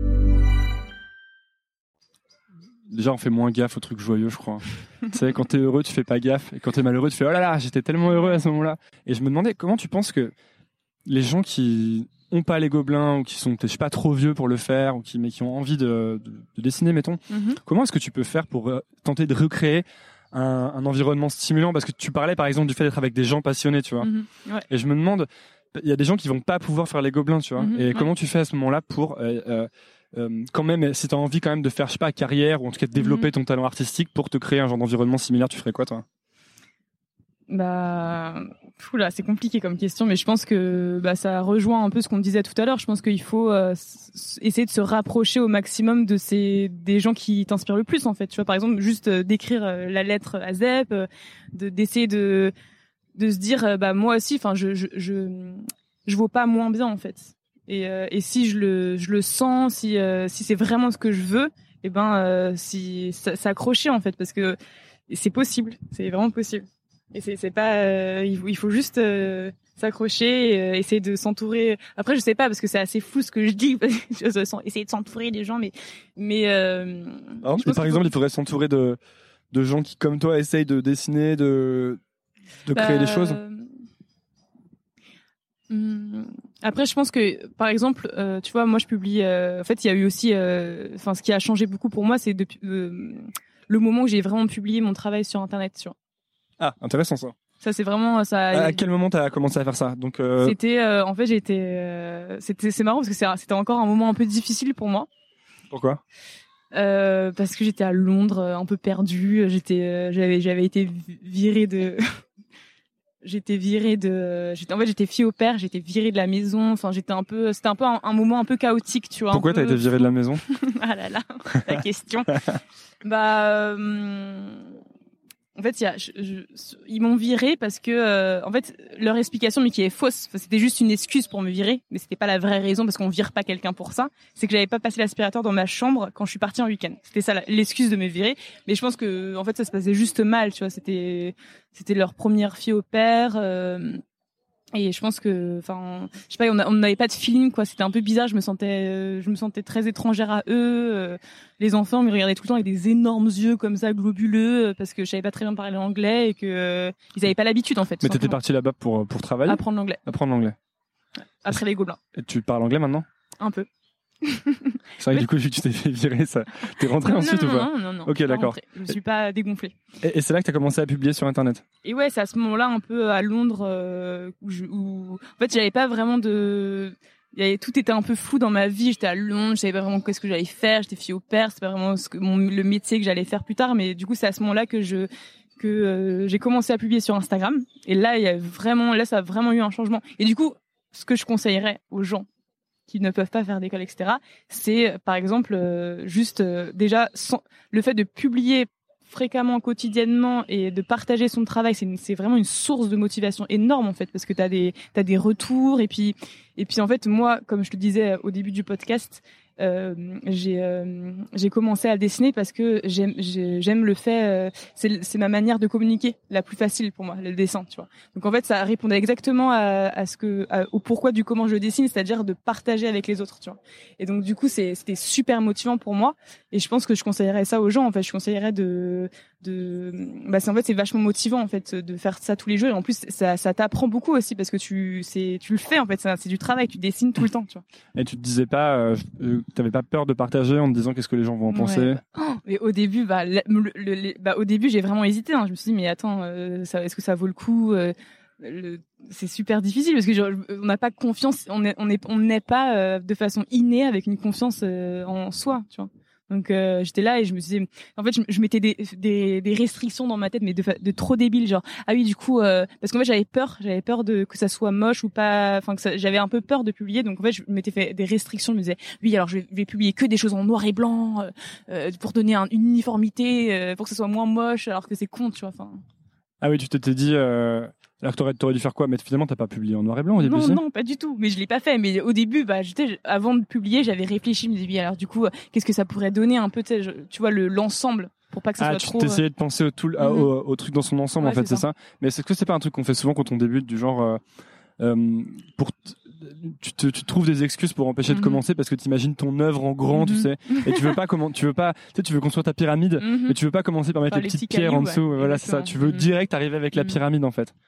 Déjà, on fait moins gaffe aux trucs joyeux, je crois. Tu sais, quand t'es heureux, tu fais pas gaffe. Et quand t'es malheureux, tu fais « Oh là là, j'étais tellement heureux à ce moment-là ». Et je me demandais, comment tu penses que les gens qui ont pas les gobelins, ou qui sont, je sais pas, trop vieux pour le faire, ou qui, mais qui ont envie de, de, de dessiner, mettons, mm-hmm. comment est-ce que tu peux faire pour euh, tenter de recréer un, un environnement stimulant? Parce que tu parlais, par exemple, du fait d'être avec des gens passionnés, tu vois. Mm-hmm. Ouais. Et je me demande, il y a des gens qui vont pas pouvoir faire les gobelins, tu vois. Mm-hmm. Et ouais. comment tu fais à ce moment-là pour... Euh, euh, Euh, quand même, si t'as envie quand même de faire, je sais pas, carrière ou en tout cas de développer mmh. ton talent artistique pour te créer un genre d'environnement similaire, tu ferais quoi, toi? Bah, là, c'est compliqué comme question, mais je pense que bah ça rejoint un peu ce qu'on disait tout à l'heure. Je pense qu'il faut euh, s- essayer de se rapprocher au maximum de ces des gens qui t'inspirent le plus, en fait. Tu vois, par exemple, juste euh, d'écrire euh, la lettre à Zep, euh, de d'essayer de de se dire, euh, bah moi aussi, enfin, je je je je vaux pas moins bien, en fait. Et, euh, et si je le, je le sens, si, euh, si c'est vraiment ce que je veux, et ben, euh, si s'accrocher en fait, parce que c'est possible, c'est vraiment possible. Et c'est, c'est pas, euh, il, faut, il faut juste euh, s'accrocher, et, euh, essayer de s'entourer. Après, je sais pas parce que c'est assez fou ce que je dis, essayer de s'entourer des gens, mais, mais. Euh, Alors, mais par exemple, faut... il faudrait s'entourer de, de gens qui, comme toi, essayent de dessiner, de, de bah, créer des choses. Après, je pense que, par exemple, euh, tu vois, moi, je publie. Euh, en fait, il y a eu aussi, enfin, euh, ce qui a changé beaucoup pour moi, c'est depuis euh, le moment où j'ai vraiment publié mon travail sur Internet. Tu vois. Ah, intéressant ça. Ça, c'est vraiment ça. À, à quel moment t'as commencé à faire ça? Donc, euh... c'était, euh, en fait, j'ai été, euh, c'était, c'est marrant parce que c'est, c'était encore un moment un peu difficile pour moi. Pourquoi? Euh, parce que j'étais à Londres, un peu perdue. J'étais, euh, j'avais, j'avais été virée de. J'étais virée de, j'étais, en fait, j'étais fille au père, j'étais virée de la maison. Enfin, j'étais un peu, c'était un peu un, un moment un peu chaotique, tu vois. Pourquoi t'as été virée de la maison? Ah là là, la question. bah, euh, en fait, il y a, je, je, ils m'ont virée parce que, euh, en fait, leur explication, mais qui est fausse. Enfin, c'était juste une excuse pour me virer, mais c'était pas la vraie raison parce qu'on vire pas quelqu'un pour ça. C'est que j'avais pas passé l'aspirateur dans ma chambre quand je suis partie en week-end. C'était ça l'excuse de me virer. Mais je pense que, en fait, ça se passait juste mal, tu vois. C'était, c'était leur première fille au père. Euh, et je pense que, enfin, je sais pas, on n'avait pas de feeling, quoi. C'était un peu bizarre. Je me sentais, euh, je me sentais très étrangère à eux. Euh, les enfants me regardaient tout le temps avec des énormes yeux comme ça, globuleux, parce que je savais pas très bien parler anglais et que euh, ils avaient pas l'habitude, en fait. Mais t'étais partie là-bas pour pour travailler? Apprendre l'anglais. Apprendre l'anglais. Après les gobelins. Et tu parles anglais maintenant? Un peu. C'est vrai que du coup, tu t'es fait virer, ça. T'es rentré non, ensuite non, ou pas? Non, non, non. Ok, d'accord. Rentrée. Je me suis pas dégonflée. Et, et c'est là que t'as commencé à publier sur Internet? Et ouais, c'est à ce moment-là, un peu à Londres, euh, où, je, où, en fait, j'avais pas vraiment de, il y avait, tout était un peu flou dans ma vie. J'étais à Londres, je savais pas vraiment qu'est-ce que j'allais faire. J'étais fille au père, c'est pas vraiment ce que, mon, le métier que j'allais faire plus tard. Mais du coup, c'est à ce moment-là que je, que euh, j'ai commencé à publier sur Instagram. Et là, il y a vraiment, là, ça a vraiment eu un changement. Et du coup, ce que je conseillerais aux gens qui ne peuvent pas faire d'école, et cetera, c'est par exemple euh, juste euh, déjà sans, le fait de publier fréquemment, quotidiennement et de partager son travail, c'est, une, c'est vraiment une source de motivation énorme en fait, parce que t'as des t'as des retours et puis Et puis en fait, moi, comme je te disais au début du podcast, euh, j'ai euh, j'ai commencé à dessiner parce que j'aime j'aime le fait. Euh, c'est c'est ma manière de communiquer la plus facile pour moi, le dessin, tu vois. Donc en fait, ça répondait exactement à, à ce que à, au pourquoi du comment je dessine, c'est-à-dire de partager avec les autres, tu vois. Et donc du coup, c'est c'était super motivant pour moi. Et je pense que je conseillerais ça aux gens. En fait, je conseillerais de de bah c'est en fait c'est vachement motivant en fait de faire ça tous les jours. Et en plus, ça ça t'apprend beaucoup aussi parce que tu c'est tu le fais en fait. Ça, c'est du travail. Tu dessines tout le temps, tu vois. Et tu te disais pas, euh, t'avais pas peur de partager en te disant qu'est-ce que les gens vont en penser? Ouais. Oh, mais au début, bah, le, le, le, bah, au début, j'ai vraiment hésité. Hein. Je me suis dit, mais attends, euh, ça, est-ce que ça vaut le coup? euh, le, C'est super difficile parce que genre, on n'a pas confiance, on est, on est, on n'est pas euh, de façon innée avec une confiance euh, en soi, tu vois. Donc euh, j'étais là et je me disais, en fait, je, je mettais des, des, des restrictions dans ma tête, mais de, de trop débiles, genre ah oui du coup, euh, parce qu'en fait j'avais peur, j'avais peur de que ça soit moche ou pas, enfin que ça, j'avais un peu peur de publier, donc en fait je m'étais fait des restrictions, je me disais oui alors je vais, je vais publier que des choses en noir et blanc euh, euh, pour donner un, une uniformité, euh, pour que ça soit moins moche, alors que c'est con, tu vois. Enfin. Ah oui, tu t'étais dit. Euh... Alors que t'aurais, t'aurais dû faire quoi? Mais finalement, t'as pas publié en noir et blanc au début? Non, non, pas du tout. Mais je l'ai pas fait. Mais au début, bah, j'étais, avant de publier, j'avais réfléchi. Je me disais, alors du coup, qu'est-ce que ça pourrait donner un peu, tu sais, tu vois, le, l'ensemble, pour pas que ça ah, soit tu trop. Ah, tu t'essayais de penser au, tout, mm-hmm. à, au, au truc dans son ensemble, ouais, en fait, c'est ça. ça. Mais est-ce que c'est pas un truc qu'on fait souvent quand on débute, du genre, euh, euh, pour t- tu te tu trouves des excuses pour empêcher mm-hmm. de commencer parce que t'imagines ton œuvre en grand, mm-hmm. tu sais, et tu veux pas comment, tu veux pas, tu sais, tu veux construire ta pyramide, mm-hmm. mais tu veux pas commencer par mettre par les, les petites pierres cailloux, en dessous. Ouais, voilà, c'est ça. Tu veux mm-hmm. direct arriver avec la pyramide, en fait.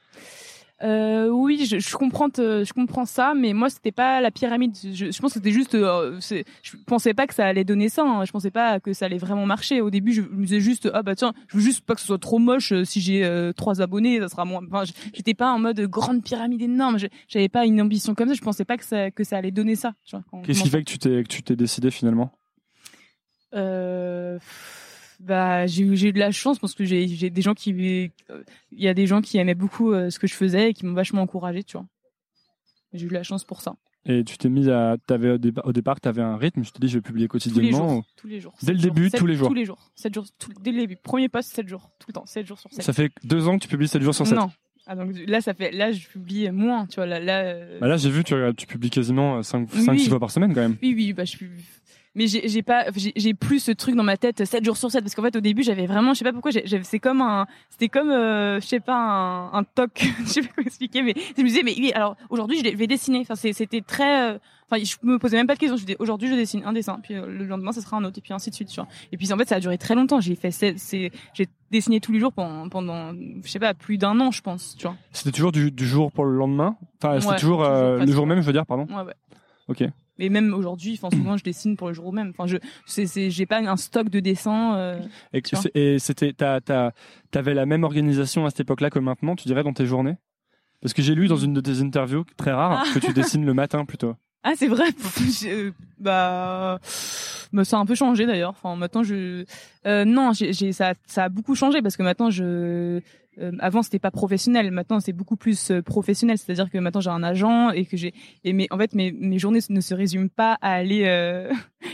Euh, oui, je, je comprends, te, je comprends ça, mais moi c'était pas la pyramide. Je, je pense que c'était juste, euh, c'est, je pensais pas que ça allait donner ça. Hein. Je pensais pas que ça allait vraiment marcher. Au début, je me disais juste, ah bah tiens, je veux juste pas que ce soit trop moche. Si j'ai euh, trois abonnés, ça sera moins. Enfin, j'étais pas en mode grande pyramide énorme. J'avais pas une ambition comme ça. Je pensais pas que ça, que ça allait donner ça. Tu vois, qu'est-ce qui fait que tu t'es, que tu t'es décidé finalement? Euh. Bah j'ai eu j'ai eu de la chance parce que j'ai j'ai des gens qui il euh, y a des gens qui aimaient beaucoup euh, ce que je faisais et qui m'ont vachement encouragé, tu vois. J'ai eu de la chance pour ça. Et tu t'es mis à t'avais au départ au départ t'avais un rythme, je te dis je vais publier quotidiennement. Tous les jours, ou... tous les jours. Dès le début, sept, tous les jours. Tous les jours, sept jours tout, dès le début. Premier post sept jours, tout le temps, sept jours sur sept. Ça fait deux ans que tu publies sept jours sur sept. Non. Ah donc là ça fait là je publie moins, tu vois là là euh... Bah là j'ai vu tu tu publies quasiment cinq six oui. fois par semaine quand même. Oui oui, bah je publie. Mais j'ai, j'ai pas, j'ai, j'ai plus ce truc dans ma tête sept jours sur sept parce qu'en fait au début j'avais vraiment, je sais pas pourquoi, j'ai, j'ai, c'est comme un, c'était comme, euh, je sais pas un, un toc, je sais pas comment expliquer, mais je me disais mais oui alors aujourd'hui je vais dessiner, enfin c'est, c'était très, euh, enfin je me posais même pas de questions, je disais aujourd'hui je dessine un dessin, puis euh, le lendemain ça sera un autre et puis ainsi de suite, tu vois. Et puis en fait ça a duré très longtemps, j'ai fait, c'est, c'est j'ai dessiné tous les jours pendant, pendant, je sais pas plus d'un an je pense, tu vois. C'était toujours du, du jour pour le lendemain, enfin c'était ouais, toujours, euh, toujours le jour même je veux dire pardon. Ouais ouais. Ok. Et même aujourd'hui, enfin souvent je dessine pour le jour même. Enfin je, c'est, c'est, j'ai pas un stock de dessins. Euh, et, et c'était, t'as, t'as, t'avais la même organisation à cette époque-là que maintenant, tu dirais dans tes journées? Parce que j'ai lu dans une de tes interviews très rare ah. que tu dessines le matin plutôt. Ah c'est vrai. je, bah, bah ça a un peu changé d'ailleurs. Enfin maintenant je, euh, non, j'ai, j'ai ça, ça a beaucoup changé parce que maintenant je. Euh, avant c'était pas professionnel, maintenant c'est beaucoup plus euh, professionnel, c'est-à-dire que maintenant j'ai un agent et que j'ai et mes en fait mes mes journées ne se résument pas à aller euh,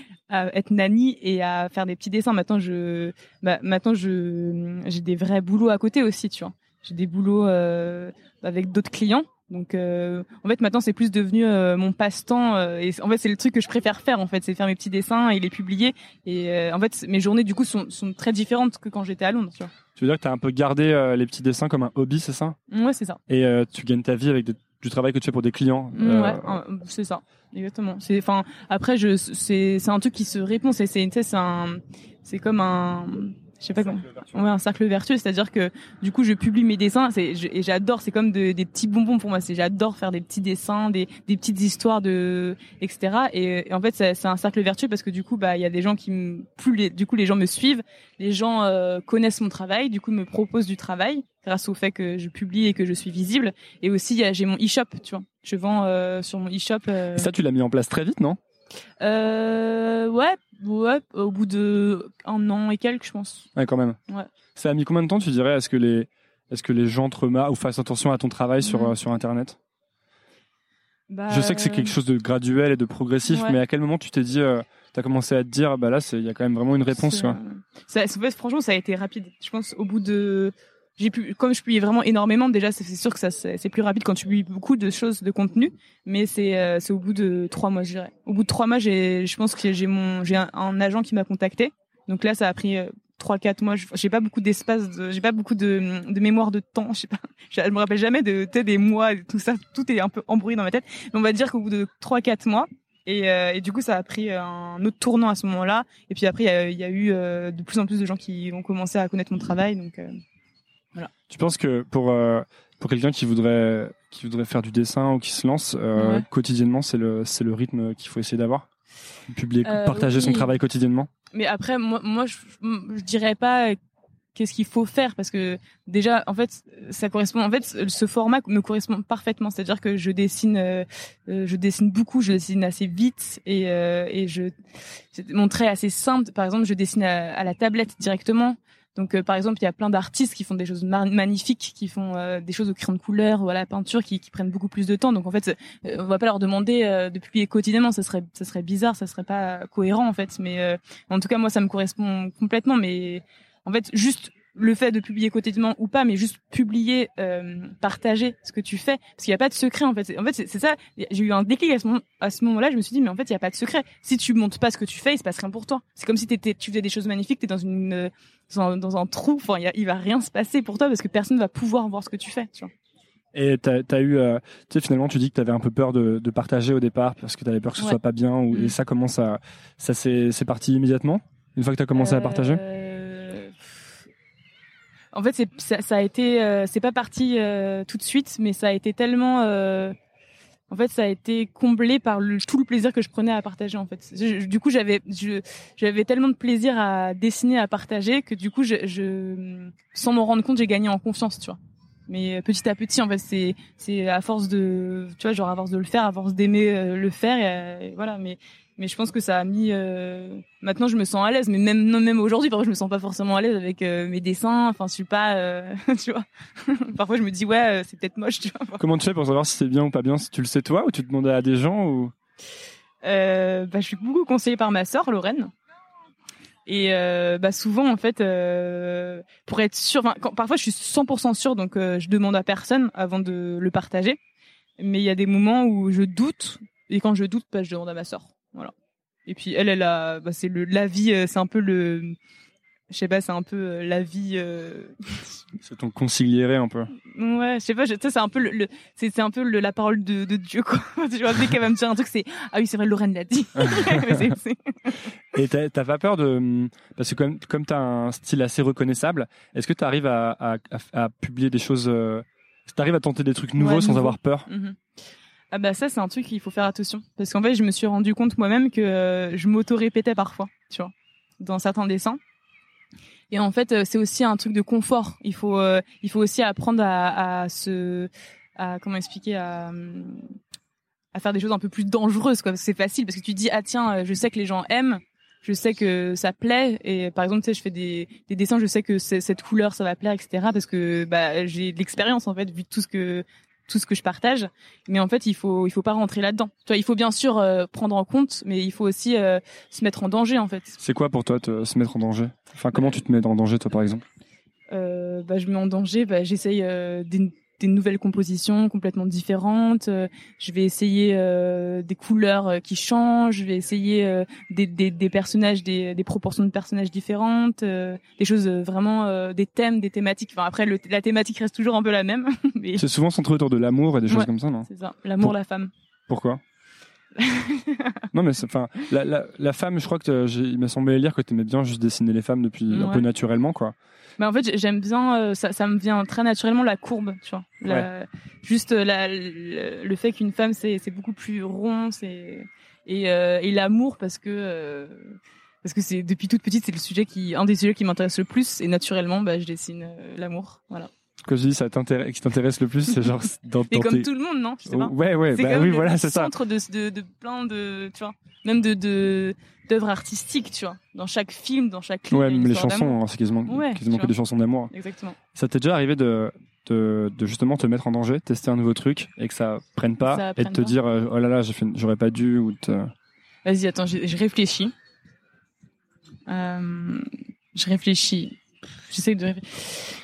à être nanny et à faire des petits dessins. Maintenant je bah maintenant je j'ai des vrais boulots à côté aussi, tu vois. J'ai des boulots euh, avec d'autres clients. Donc euh, en fait maintenant c'est plus devenu euh, mon passe-temps euh, et en fait c'est le truc que je préfère faire en fait, c'est faire mes petits dessins et les publier et euh, en fait mes journées du coup sont sont très différentes que quand j'étais à Londres, tu vois. Tu veux dire que tu as un peu gardé euh, les petits dessins comme un hobby, c'est ça? Ouais, c'est ça. Et euh, tu gagnes ta vie avec de, du travail que tu fais pour des clients. Euh... Ouais, c'est ça. Exactement. C'est enfin après je c'est c'est un truc qui se répond, c'est c'est c'est c'est un c'est comme un je sais pas comment. Ouais, un cercle vertueux, c'est-à-dire que du coup je publie mes dessins, c'est je, et j'adore, c'est comme de, des petits bonbons pour moi, c'est j'adore faire des petits dessins, des des petites histoires de et cetera. Et, et en fait c'est, c'est un cercle vertueux parce que du coup bah il y a des gens qui me, plus les, du coup les gens me suivent, les gens euh, connaissent mon travail, du coup me proposent du travail grâce au fait que je publie et que je suis visible. Et aussi y a, j'ai mon e-shop, tu vois, je vends euh, sur mon e-shop. Euh... Ça tu l'as mis en place très vite, non? Euh, ouais, ouais, au bout de un an et quelques, je pense. Ouais, quand même. Ouais. Ça a mis combien de temps, tu dirais, est-ce que les, est-ce que les gens te remarquent ou fassent attention à ton travail mmh. sur, euh, sur Internet? Bah, Je sais que c'est quelque chose de graduel et de progressif, ouais. mais à quel moment tu t'es dit, euh, t'as commencé à te dire, bah là, il y a quand même vraiment une réponse, c'est, quoi. Ça, en fait, franchement, ça a été rapide. Je pense, au bout de, j'ai pu, comme je publie vraiment énormément, déjà, c'est, c'est sûr que ça, c'est, c'est plus rapide quand tu publies beaucoup de choses, de contenu, mais c'est, euh, c'est au bout de trois mois, je dirais. Au bout de trois mois, j'ai, je pense que j'ai mon, j'ai un, un agent qui m'a contacté. Donc là, ça a pris euh, trois, quatre mois. J'ai pas beaucoup d'espace, de, j'ai pas beaucoup de, de mémoire de temps. Je sais pas. Je me rappelle jamais de, tu sais, des mois, et tout ça. Tout est un peu embrouillé dans ma tête. Mais on va dire qu'au bout de trois, quatre mois. Et, euh, et du coup, ça a pris un autre tournant à ce moment-là. Et puis après, il y a, y a eu euh, de plus en plus de gens qui ont commencé à connaître mon travail. Donc euh, voilà. Tu penses que pour euh, pour quelqu'un qui voudrait qui voudrait faire du dessin ou qui se lance euh, ouais. quotidiennement, c'est le c'est le rythme qu'il faut essayer d'avoir, publier, euh, partager oui. son travail quotidiennement. Mais après, moi, moi, je, je dirais pas qu'est-ce qu'il faut faire parce que déjà, en fait, ça correspond. En fait, ce format me correspond parfaitement. C'est-à-dire que je dessine, euh, je dessine beaucoup, je dessine assez vite et euh, et je mon trait est assez simple. Par exemple, je dessine à, à la tablette directement. Donc, euh, par exemple, il y a plein d'artistes qui font des choses ma- magnifiques, qui font euh, des choses au crayon de couleur ou à la peinture, qui, qui prennent beaucoup plus de temps. Donc, en fait, euh, on va pas leur demander euh, de publier quotidiennement. Ça serait, ça serait bizarre, ça serait pas cohérent, en fait. Mais euh, en tout cas, moi, ça me correspond complètement. Mais en fait, juste le fait de publier quotidiennement ou pas, mais juste publier, euh, partager ce que tu fais, parce qu'il y a pas de secret en fait. En fait, c'est, c'est ça. J'ai eu un déclic à ce moment, à ce moment-là. Je me suis dit, mais en fait, il y a pas de secret. Si tu montres pas ce que tu fais, il se passe rien pour toi. C'est comme si t'étais, tu faisais des choses magnifiques, t'es dans une, dans un, dans un trou. Enfin, il y a, il va rien se passer pour toi parce que personne va pouvoir voir ce que tu fais. Tu vois. Et t'as, t'as eu, euh, tu sais, finalement, tu dis que t'avais un peu peur de, de partager au départ parce que t'avais peur que ce ouais. soit pas bien. Ou, mmh. Et ça, comment ça, ça c'est, c'est parti immédiatement une fois que t'as commencé euh... à partager. En fait, c'est, ça, ça a été, euh, c'est pas parti euh, tout de suite, mais ça a été tellement, euh, en fait, ça a été comblé par le, tout le plaisir que je prenais à partager. En fait, je, du coup, j'avais, je, j'avais tellement de plaisir à dessiner, à partager, que du coup, je, je sans m'en rendre compte, j'ai gagné en confiance, tu vois. Mais petit à petit, en fait, c'est, c'est à force de, tu vois, genre à force de le faire, à force d'aimer euh, le faire, et, et voilà. Mais Mais je pense que ça a mis. Euh... Maintenant, je me sens à l'aise, mais même non, même aujourd'hui, parfois, je me sens pas forcément à l'aise avec euh, mes dessins. Enfin, je suis pas, euh... tu vois. Parfois, je me dis ouais, euh, c'est peut-être moche, tu vois. Comment tu fais pour savoir si c'est bien ou pas bien? Si tu le sais toi, ou tu demandes à des gens ou euh, bah, je suis beaucoup conseillée par ma sœur Lorraine. Et euh, bah souvent en fait, euh, pour être sûre, quand, parfois je suis cent pour cent sûre, donc euh, je demande à personne avant de le partager. Mais il y a des moments où je doute, et quand je doute, bah, je demande à ma sœur. Voilà. Et puis elle, elle a, bah, c'est le, la vie, c'est un peu le, je sais pas, c'est un peu la vie. Euh... C'est ton consigliéré un peu. Ouais, je sais pas, tu sais, c'est un peu le, le c'est, c'est un peu le, la parole de, de Dieu, quoi. Tu vois, dès qu'elle va me dire un truc, c'est ah oui, c'est vrai, Lorraine l'a dit. c'est, c'est... Et t'as, t'as pas peur de, parce que comme comme t'as un style assez reconnaissable, est-ce que t'arrives à, à, à, à publier des choses, euh, t'arrives à tenter des trucs nouveaux ouais, sans nouveau. avoir peur? Mm-hmm. Ah bah ça c'est un truc qu'il faut faire attention parce qu'en fait je me suis rendu compte moi-même que euh, je m'auto-répétais parfois, tu vois, dans certains dessins. Et en fait euh, c'est aussi un truc de confort. Il faut euh, il faut aussi apprendre à, à se à comment expliquer à à faire des choses un peu plus dangereuses quoi. Parce que c'est facile parce que tu te dis ah tiens je sais que les gens aiment, je sais que ça plaît et par exemple tu sais je fais des des dessins, je sais que c'est, cette couleur ça va plaire et cetera parce que bah j'ai de l'expérience en fait vu tout ce que tout ce que je partage, mais en fait il faut il faut pas rentrer là-dedans. Tu vois, il faut bien sûr euh, prendre en compte, mais il faut aussi euh, se mettre en danger en fait. C'est quoi pour toi te, se mettre en danger? Enfin, comment tu te mets en danger toi par exemple? euh, Bah je me mets en danger, bah j'essaye euh, des des nouvelles compositions complètement différentes. Euh, je vais essayer euh, des couleurs euh, qui changent. Je vais essayer euh, des, des, des personnages, des, des proportions de personnages différentes, euh, des choses euh, vraiment, euh, des thèmes, des thématiques. Enfin après, le, la thématique reste toujours un peu la même. Mais... C'est souvent centré autour de l'amour et des choses ouais, comme ça, non? C'est ça, l'amour, Pour... la femme. Pourquoi? Non mais enfin la, la la femme, je crois que il m'a semblé lire que t'aimais bien juste dessiner les femmes depuis ouais. un peu naturellement quoi. Mais en fait j'aime bien euh, ça ça me vient très naturellement la courbe, tu vois. La, ouais. Juste la, le, le fait qu'une femme c'est c'est beaucoup plus rond, c'est et euh, et l'amour parce que euh, parce que c'est depuis toute petite c'est le sujet qui un des sujets qui m'intéresse le plus et naturellement bah je dessine euh, l'amour, voilà. Que je dis ça t'intéresse, qui t'intéresse le plus, c'est genre dans, dans et comme tes... tout le monde, non, je sais pas. Ouais, ouais, c'est bah oui, voilà, c'est ça. Centre de, de, de plein de, tu vois, même de, de, d'œuvres artistiques, tu vois. Dans chaque film, dans chaque livre. Ouais, même les chansons, hein, c'est quasiment, ouais, quasiment que des chansons d'amour. Exactement. Ça t'est déjà arrivé de, de, de justement te mettre en danger, tester un nouveau truc et que ça prenne pas ça et de te pas. dire, oh là là, j'ai fait, j'aurais pas dû ou te... Vas-y, attends, je, je réfléchis. Euh, je réfléchis. J'essaie de réfléchir.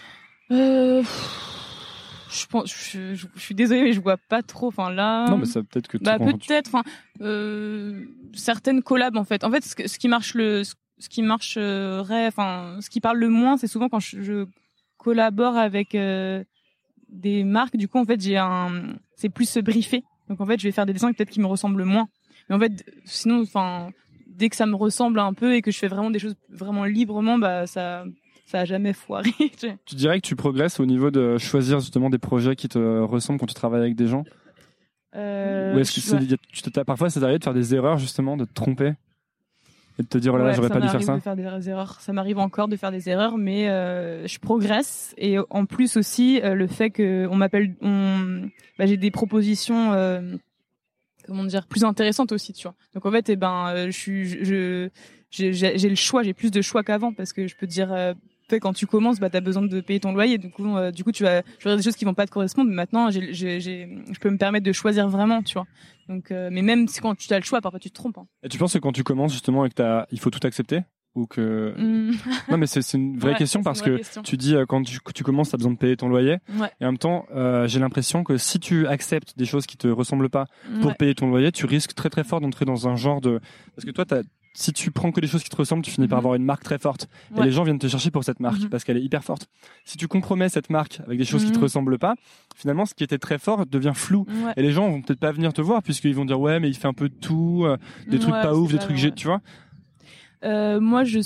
Euh... Je pense, je, je, je suis désolée, mais je vois pas trop. Enfin là. Non, mais ça peut-être que. Bah peut-être. Enfin, euh, certaines collabs en fait. En fait, ce, ce qui marche le, ce qui marcherait, enfin, ce qui parle le moins, c'est souvent quand je, je collabore avec euh, des marques. Du coup, en fait, j'ai un, c'est plus se briefer. Donc en fait, je vais faire des dessins peut-être qui me ressemblent moins. Mais en fait, sinon, enfin, dès que ça me ressemble un peu et que je fais vraiment des choses vraiment librement, bah ça. Ça a jamais foiré. Tu dirais que tu progresses au niveau de choisir justement des projets qui te ressemblent quand tu travailles avec des gens euh, Ou est-ce que c'est, ouais. tu te, parfois c'est arrivé de faire des erreurs justement, de te tromper et de te dire oh là là, ouais, j'aurais pas dû faire ça. De faire des erreurs. Ça m'arrive encore de faire des erreurs, mais euh, je progresse. Et en plus aussi euh, le fait que on m'appelle, on, bah, j'ai des propositions. Euh, comment dire, plus intéressantes aussi, tu vois. Donc en fait, eh ben, euh, je suis, je, je j'ai, j'ai le choix, j'ai plus de choix qu'avant parce que je peux te dire. Euh, quand tu commences, bah, t'as besoin de payer ton loyer. Du coup, euh, du coup, tu vas choisir des choses qui vont pas te correspondre. Mais maintenant, j'ai, j'ai, j'ai, je peux me permettre de choisir vraiment, tu vois. Donc, euh, mais même si quand tu as le choix, parfois tu te trompes. Hein. Et tu penses que quand tu commences justement et que t'as, il faut tout accepter ou que mmh. Non, mais c'est, c'est une vraie ouais, question parce vraie que question. tu dis euh, quand tu, tu commences, t'as besoin de payer ton loyer. Ouais. Et en même temps, euh, j'ai l'impression que si tu acceptes des choses qui te ressemblent pas pour ouais. payer ton loyer, tu risques très très fort d'entrer dans un genre de, parce que toi, t'as si tu prends que des choses qui te ressemblent, tu finis mm-hmm. par avoir une marque très forte. Ouais. Et les gens viennent te chercher pour cette marque mm-hmm. parce qu'elle est hyper forte. Si tu compromets cette marque avec des choses mm-hmm. qui te ressemblent pas, finalement, ce qui était très fort devient flou. Ouais. Et les gens vont peut-être pas venir te voir puisqu'ils vont dire ouais, mais il fait un peu de tout, euh, des trucs ouais, pas ouf, des pas trucs, vrai. tu vois. Euh, moi, je,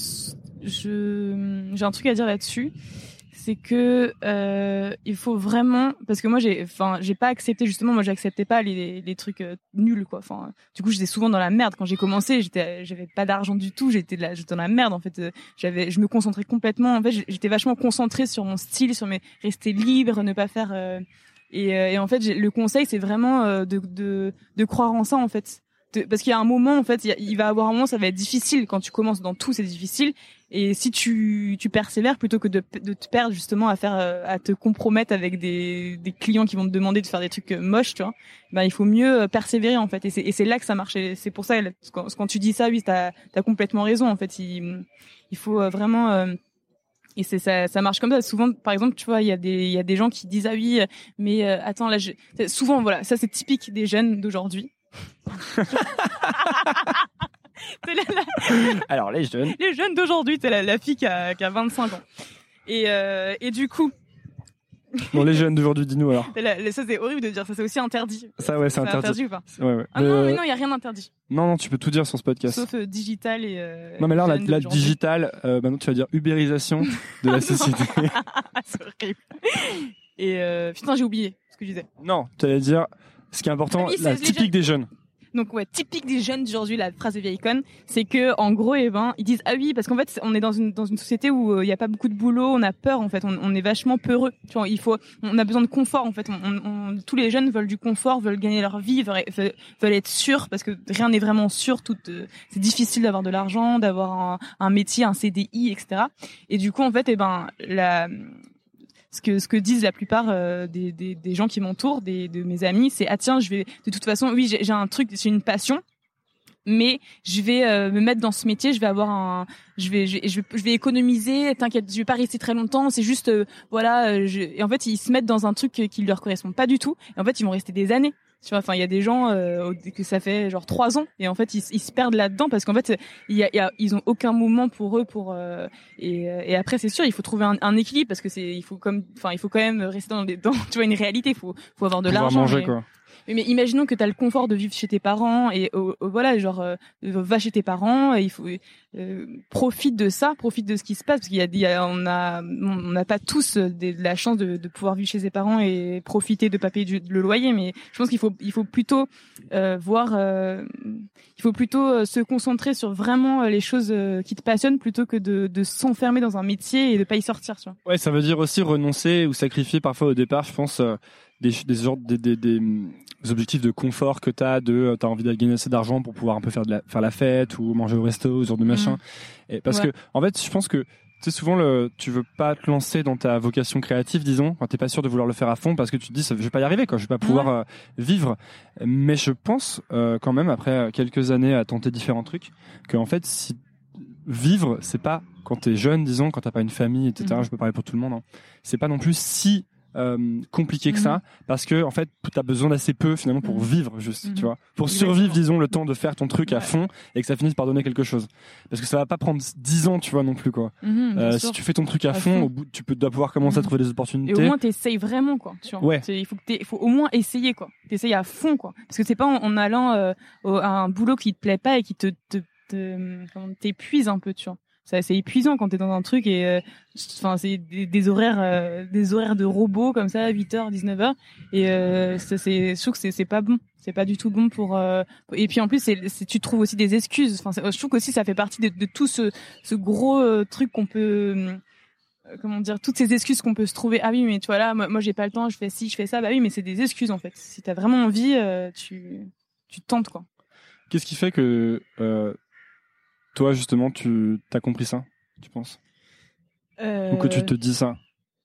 je, j'ai un truc à dire là-dessus. C'est que euh, il faut vraiment, parce que moi j'ai, enfin j'ai pas accepté justement, moi j'acceptais pas les, les trucs euh, nuls quoi. Enfin du coup j'étais souvent dans la merde quand j'ai commencé, j'étais, j'avais pas d'argent du tout, j'étais là, j'étais dans la merde en fait. Euh, j'avais, je me concentrais complètement. En fait j'étais vachement concentrée sur mon style, sur mes rester libre, ne pas faire. Euh, et, euh, et en fait j'ai, le conseil c'est vraiment euh, de, de de croire en ça en fait. Parce qu'il y a un moment en fait, il, y a, il va avoir un moment, ça va être difficile quand tu commences dans tout, c'est difficile. Et si tu tu persévères plutôt que de de te perdre justement à faire à te compromettre avec des des clients qui vont te demander de faire des trucs moches, tu vois, ben il faut mieux persévérer en fait. Et c'est et c'est là que ça marche. Et c'est pour ça quand, quand tu dis ça, oui, t'as t'as complètement raison en fait. Il il faut vraiment euh, et c'est ça, ça marche comme ça. Souvent, par exemple, tu vois, il y a des, il y a des gens qui disent ah oui, mais euh, attends là, je... souvent voilà, ça c'est typique des jeunes d'aujourd'hui. C'est la, la... Alors les jeunes, les jeunes d'aujourd'hui, c'est la, la fille qui a, qui a vingt-cinq ans. Et euh, et du coup. Bon, les jeunes d'aujourd'hui, dis-nous alors. La, ça c'est horrible de dire ça, c'est aussi interdit. Ça ouais, c'est, c'est interdit. interdit ou pas ouais, ouais. Ah mais... non, mais non, il y a rien d'interdit. Non, non, tu peux tout dire sur ce podcast. Sauf euh, digital et. Euh, non, mais là, on a la digital. Euh, maintenant, tu vas dire ubérisation de la société. C'est horrible. Et euh, putain, j'ai oublié ce que je disais. Non, tu allais dire ce qui est important, ah oui, la typique des jeunes. Donc ouais, typique des jeunes d'aujourd'hui, la phrase de vieille conne, c'est que en gros, eh ben, ils disent ah oui parce qu'en fait, on est dans une dans une société où il euh, y a pas beaucoup de boulot, on a peur en fait, on, on est vachement peureux. Tu vois, il faut, on a besoin de confort en fait. On, on, on, tous les jeunes veulent du confort, veulent gagner leur vie, veulent, veulent être sûrs parce que rien n'est vraiment sûr. Tout, euh, c'est difficile d'avoir de l'argent, d'avoir un, un métier, un C D I, et cetera. Et du coup, en fait, eh ben, la ce que ce que disent la plupart euh, des, des des gens qui m'entourent, des de mes amis, c'est ah tiens, je vais de toute façon, oui, j'ai, j'ai un truc, c'est une passion, mais je vais euh, me mettre dans ce métier, je vais avoir un je vais je, je, je vais économiser, t'inquiète, je vais pas rester très longtemps, c'est juste euh, voilà, euh, je... et en fait, ils se mettent dans un truc qui leur correspond pas du tout, et en fait, ils vont rester des années. Tu vois, enfin, il y a des gens euh, que ça fait genre trois ans et en fait ils, ils se perdent là-dedans parce qu'en fait il y a, il y a ils ont aucun moment pour eux pour euh, et, et après c'est sûr il faut trouver un, un équilibre parce que c'est il faut comme enfin il faut quand même rester dans des dans tu vois une réalité, il faut faut avoir de pouvoir l'argent. Manger, mais, quoi. Mais imaginons que tu as le confort de vivre chez tes parents et euh, euh, voilà genre euh, va chez tes parents et il faut euh, profite de ça, profite de ce qui se passe parce qu'il y a, il y a on a on n'a pas tous de, de la chance de, de pouvoir vivre chez ses parents et profiter de pas payer du, le loyer, mais je pense qu'il faut il faut plutôt euh, voir euh, il faut plutôt euh, se concentrer sur vraiment euh, les choses euh, qui te passionnent plutôt que de de s'enfermer dans un métier et de pas y sortir, tu vois. Ouais, ça veut dire aussi renoncer ou sacrifier parfois au départ, je pense euh, des des genres des des, des des objectifs de confort que t'as de t'as envie de gagner assez d'argent pour pouvoir un peu faire de la faire la fête ou manger au resto, ce genre de machin. Mmh. Et parce ouais. que en fait, je pense que tu sais souvent le tu veux pas te lancer dans ta vocation créative, disons, quand t'es pas sûr de vouloir le faire à fond parce que tu te dis ça je vais pas y arriver quoi, je vais pas pouvoir ouais. euh, vivre. Mais je pense euh, quand même après quelques années à tenter différents trucs que en fait si vivre, c'est pas quand t'es jeune, disons, quand t'as pas une famille, et cetera. Mmh. Je peux parler pour tout le monde. Hein. C'est pas non plus si euh, compliqué que mmh. ça, parce que en fait, t'as besoin d'assez peu finalement pour mmh. vivre, juste, mmh. tu vois, pour Exactement. survivre, disons, le temps de faire ton truc ouais. à fond et que ça finisse par donner quelque chose. Parce que ça va pas prendre dix ans, tu vois, non plus, quoi. Mmh, euh, si tu fais ton truc à, à fond, fond, au bout, tu peux dois pouvoir commencer mmh. à trouver des opportunités. Et au moins t'essayes vraiment, quoi. Tu vois. Ouais. Il faut que il faut au moins essayer, quoi. T'essayes à fond, quoi. Parce que c'est pas en, en allant euh, au, à un boulot qui te plaît pas et qui te, te, te comment, t'épuise un peu, tu vois. C'est assez épuisant quand t'es dans un truc et enfin euh, c'est des, des horaires euh, des horaires de robots comme ça, huit heures, dix-neuf heures et euh, ça, c'est je trouve que c'est c'est pas bon, c'est pas du tout bon pour euh, et puis en plus c'est, c'est tu trouves aussi des excuses. Enfin je trouve qu'aussi ça fait partie de, de tout ce ce gros euh, truc qu'on peut euh, comment dire, toutes ces excuses qu'on peut se trouver. Ah oui, mais tu vois là, moi, moi j'ai pas le temps, je fais ci, je fais ça. Bah oui, mais c'est des excuses en fait. Si t'as vraiment envie, euh, tu tu tentes, quoi. Qu'est-ce qui fait que euh... toi, justement, tu as compris ça, tu penses euh... Ou que tu te dis ça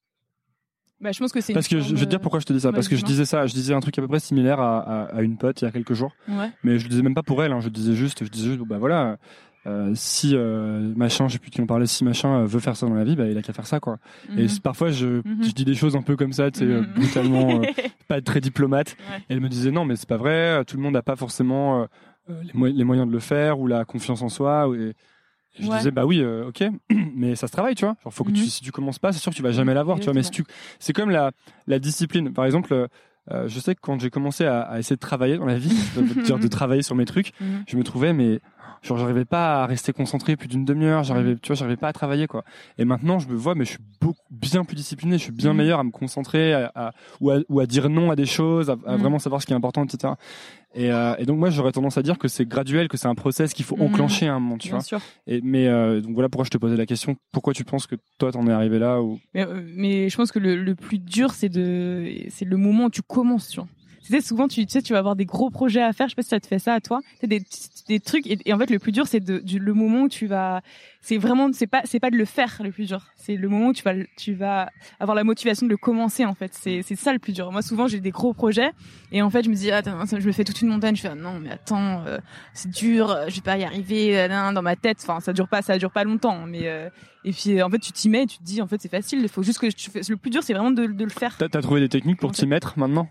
bah, je pense que c'est Parce que je, je vais te dire pourquoi je te dis ça. Ouais, parce que je disais ça, je disais un truc à peu près similaire à, à, à une pote il y a quelques jours. Ouais. Mais je le disais même pas pour elle, hein, je disais juste, je disais juste, bah voilà, euh, si euh, machin, je sais plus qui en parlait, si machin euh, veut faire ça dans la vie, bah il a qu'à faire ça, quoi. Mm-hmm. Et parfois, je, mm-hmm. je dis des choses un peu comme ça, tu sais, mm-hmm. brutalement, euh, pas très diplomate. Ouais. Et elle me disait non, mais c'est pas vrai, tout le monde n'a pas forcément euh, les, mo- les moyens de le faire ou la confiance en soi. Ou, et, Et je ouais. disais bah oui euh, ok mais ça se travaille, tu vois, genre faut que mm-hmm. tu, si tu commences pas c'est sûr que tu vas jamais l'avoir, tu vois, mais si tu c'est comme la la discipline par exemple euh, je sais que quand j'ai commencé à, à essayer de travailler dans la vie dire de travailler sur mes trucs mm-hmm. je me trouvais mais genre j'arrivais pas à rester concentré plus d'une demi-heure, j'arrivais tu vois j'arrivais pas à travailler, quoi. Et maintenant je me vois mais je suis beaucoup bien plus discipliné, je suis bien mm-hmm. meilleur à me concentrer à, à, ou, à, ou à dire non à des choses, à, à mm-hmm. vraiment savoir ce qui est important, etc. Et, euh, et donc moi j'aurais tendance à dire que c'est graduel, que c'est un process qu'il faut mmh. enclencher à un moment, tu Bien vois. Sûr. Et mais euh, donc voilà pourquoi je te posais la question. Pourquoi tu penses que toi t'en es arrivé là ou... mais, mais je pense que le, le plus dur c'est de c'est le moment où tu commences, tu vois. Tu sais, souvent tu, tu sais tu vas avoir des gros projets à faire. Je sais pas si ça te fait ça à toi. C'est des des trucs et, et en fait le plus dur c'est de du, le moment où tu vas. C'est vraiment c'est pas c'est pas de le faire le plus dur. C'est le moment où tu vas tu vas avoir la motivation de le commencer, en fait. C'est c'est ça le plus dur. Moi souvent j'ai des gros projets et en fait je me dis attends je me fais toute une montagne. Je fais ah, non mais attends euh, c'est dur, je vais pas y arriver euh, dans ma tête. Enfin ça dure pas ça dure pas longtemps mais euh, et puis en fait tu t'y mets et tu te dis en fait c'est facile. Il faut juste que tu fais. Le plus dur c'est vraiment de de le faire. T'as, t'as trouvé des techniques pour t'y mettre maintenant?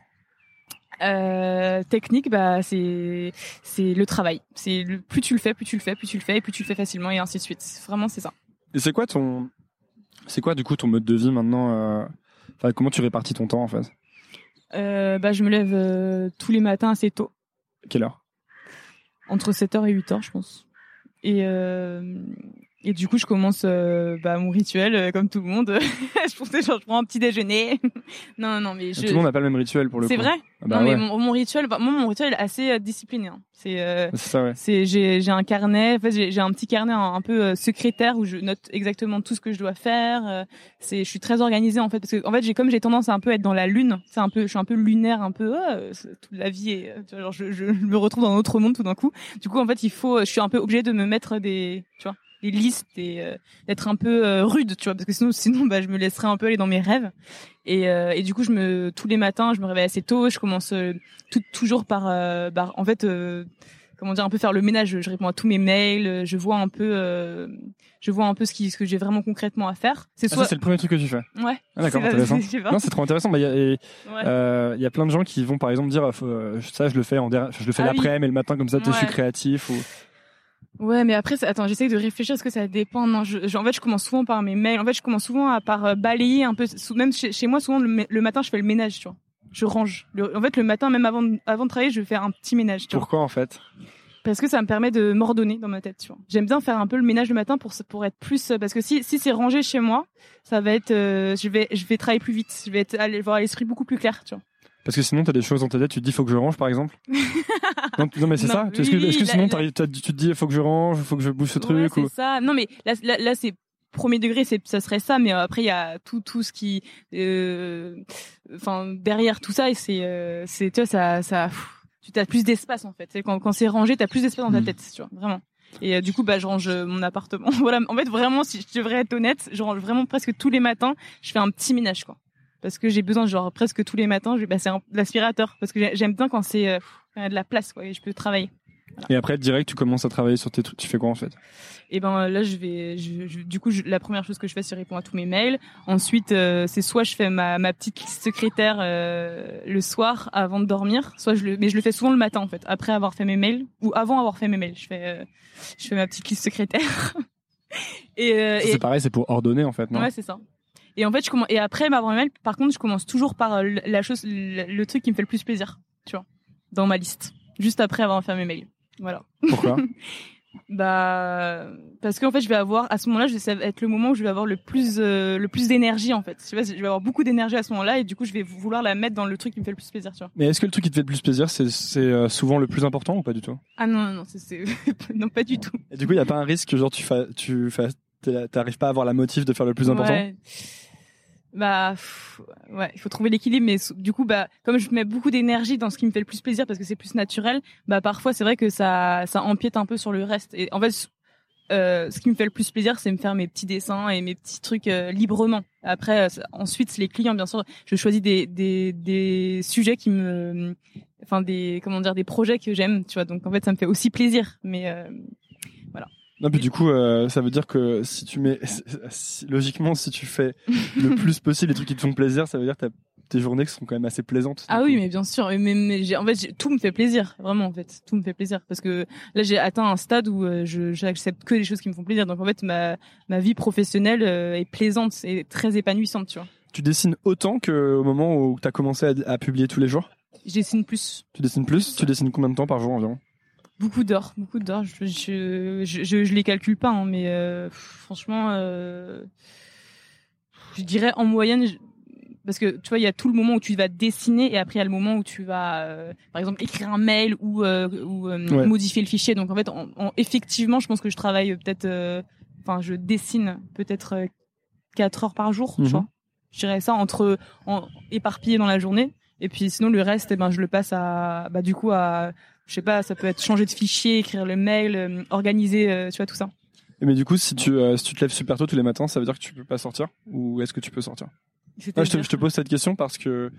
Euh, technique, bah c'est c'est le travail. C'est le, plus tu le fais, plus tu le fais, plus tu le fais, et plus tu le fais facilement et ainsi de suite. Vraiment c'est ça. Et c'est quoi ton, c'est quoi du coup ton mode de vie maintenant euh... Enfin comment tu répartis ton temps en fait? euh, Bah je me lève euh, tous les matins assez tôt. Quelle heure? Entre sept heures et huit heures je pense. Et euh, et du coup je commence euh, bah mon rituel euh, comme tout le monde. je pensais genre je prends un petit déjeuner. non non mais je... tout le monde n'a pas le même rituel pour le c'est coup. C'est vrai. Ah bah non ouais. mais mon, mon rituel, bah, moi mon rituel est assez euh, discipliné. Hein. C'est euh, c'est ça ouais. C'est j'ai j'ai un carnet. En fait j'ai j'ai un petit carnet un, un peu euh, secrétaire où je note exactement tout ce que je dois faire. Euh, c'est je suis très organisée en fait parce que en fait j'ai comme j'ai tendance à un peu être dans la lune. C'est un peu je suis un peu lunaire un peu. Oh, toute la vie est tu vois, genre je, je je me retrouve dans un autre monde tout d'un coup. Du coup en fait il faut je suis un peu obligée de me mettre des tu vois des listes et euh, d'être un peu euh, rude, tu vois, parce que sinon sinon bah je me laisserais un peu aller dans mes rêves. Et euh, et du coup je me tous les matins je me réveille assez tôt, je commence euh, tout, toujours par euh, par en fait euh, comment dire un peu faire le ménage. Je réponds à tous mes mails, je vois un peu euh, je vois un peu ce qui ce que j'ai vraiment concrètement à faire. C'est soit ah, ça, c'est le premier truc que tu fais. Ouais. Ah, d'accord, intéressant. Non, c'est trop intéressant. Bah il y a il ouais. euh, y a plein de gens qui vont par exemple dire euh, ça je le fais en der... je le fais ah, l'après-midi oui. mais le matin comme ça ouais. je suis créatif ou Ouais, mais après, attends, j'essaie de réfléchir, est-ce que ça dépend? Non, je, je, en fait, je commence souvent par mes mails. En fait, je commence souvent à par euh, balayer un peu. Même chez, chez moi, souvent le, le matin, je fais le ménage, tu vois. Je range. Le, en fait, le matin, même avant, avant de travailler, je vais faire un petit ménage. Tu Pourquoi vois. En fait? Parce que ça me permet de m'ordonner dans ma tête, tu vois. J'aime bien faire un peu le ménage le matin pour pour être plus, parce que si si c'est rangé chez moi, ça va être, euh, je vais je vais travailler plus vite. Je vais être aller voir l'esprit beaucoup plus clair, tu vois. Parce que sinon, t'as des choses dans ta tête, tu te dis, faut que je range, par exemple. non, non, mais c'est non, ça. Oui, est-ce que, est-ce que sinon, là, tu te dis, faut que je range, faut que je bouge ce truc, ouais, ou... c'est ça. Non, mais là, là, là, c'est premier degré, c'est, ça serait ça, mais après, il y a tout, tout ce qui, euh, enfin, derrière tout ça, et c'est, euh, c'est, tu vois, ça, ça, pff, tu as plus d'espace, en fait. C'est quand, quand c'est rangé, t'as plus d'espace dans ta mmh. tête, tu vois, vraiment. Et euh, du coup, bah, je range mon appartement. Voilà. En fait, vraiment, si je devrais être honnête, je range vraiment presque tous les matins, je fais un petit ménage, quoi. Parce que j'ai besoin, genre, presque tous les matins, je vais passer un, l'aspirateur. Parce que j'aime bien quand c'est, euh, quand il y a de la place, quoi, et je peux travailler. Voilà. Et après, direct, tu commences à travailler sur tes trucs. Tu fais quoi en fait? Et ben là, je vais, je, je, du coup, je, la première chose que je fais, c'est répondre à tous mes mails. Ensuite, euh, c'est soit je fais ma, ma petite liste secrétaire euh, le soir avant de dormir, soit je le, mais je le fais souvent le matin en fait, après avoir fait mes mails ou avant avoir fait mes mails. Je fais, euh, je fais ma petite liste secrétaire. et, euh, c'est et... pareil, c'est pour ordonner en fait, non? Ouais, c'est ça. Et en fait, je commence. Et après avoir mes mails, par contre, je commence toujours par la chose, le, le truc qui me fait le plus plaisir, tu vois, dans ma liste, juste après avoir fait mes mails. Voilà. Pourquoi? Bah parce qu'en fait je vais avoir à ce moment-là, je vais, ça va être le moment où je vais avoir le plus euh, le plus d'énergie en fait. Tu vois, je vais avoir beaucoup d'énergie à ce moment-là et du coup je vais vouloir la mettre dans le truc qui me fait le plus plaisir, tu vois. Mais est-ce que le truc qui te fait le plus plaisir, c'est c'est euh, souvent le plus important ou pas du tout? Ah non non non, c'est, c'est... non pas du tout. Et du coup, il y a pas un risque que genre tu fa... tu fa... t'arrives pas à avoir la motive de faire le plus important? Ouais. Bah pff, ouais, il faut trouver l'équilibre, mais du coup bah comme je mets beaucoup d'énergie dans ce qui me fait le plus plaisir parce que c'est plus naturel, bah parfois c'est vrai que ça ça empiète un peu sur le reste. Et en fait euh, ce qui me fait le plus plaisir, c'est me faire mes petits dessins et mes petits trucs euh, librement. Après euh, ensuite les clients, bien sûr, je choisis des des des sujets qui me enfin des comment dire des projets que j'aime, tu vois. Donc en fait ça me fait aussi plaisir, mais euh, voilà. Non, puis du coup, euh, ça veut dire que si tu mets, si, logiquement, si tu fais le plus possible les trucs qui te font plaisir, ça veut dire que t'as tes journées qui sont quand même assez plaisantes. Ah oui, mais bien sûr. Mais, mais j'ai, en fait, j'ai, tout me fait plaisir, vraiment. En fait, tout me fait plaisir parce que là, j'ai atteint un stade où euh, je j'accepte que les choses qui me font plaisir. Donc en fait, ma ma vie professionnelle euh, est plaisante et très épanouissante, tu vois. Tu dessines autant qu'au moment où t'as commencé à, à publier tous les jours? Je dessine plus. Tu dessines plus? Tu dessines combien de temps par jour environ? Beaucoup d'heures, beaucoup d'heures. Je je je, je, je les calcule pas, hein, mais euh, franchement, euh, je dirais en moyenne, je, parce que tu vois, il y a tout le moment où tu vas dessiner et après il y a le moment où tu vas, euh, par exemple, écrire un mail ou euh, ou euh, ouais. modifier le fichier. Donc en fait, en, en, effectivement, je pense que je travaille peut-être, enfin, euh, je dessine peut-être euh, quatre heures par jour, mm-hmm. tu vois. Je dirais ça entre en, éparpillé dans la journée. Et puis sinon le reste, eh ben je le passe à, bah du coup à, je sais pas, ça peut être changer de fichier, écrire le mail, euh, organiser, euh, tu vois, tout ça. Et mais du coup, si tu euh, si tu te lèves super tôt tous les matins, ça veut dire que tu peux pas sortir, ou est-ce que tu peux sortir? Ah, je, te, je te pose cette question parce que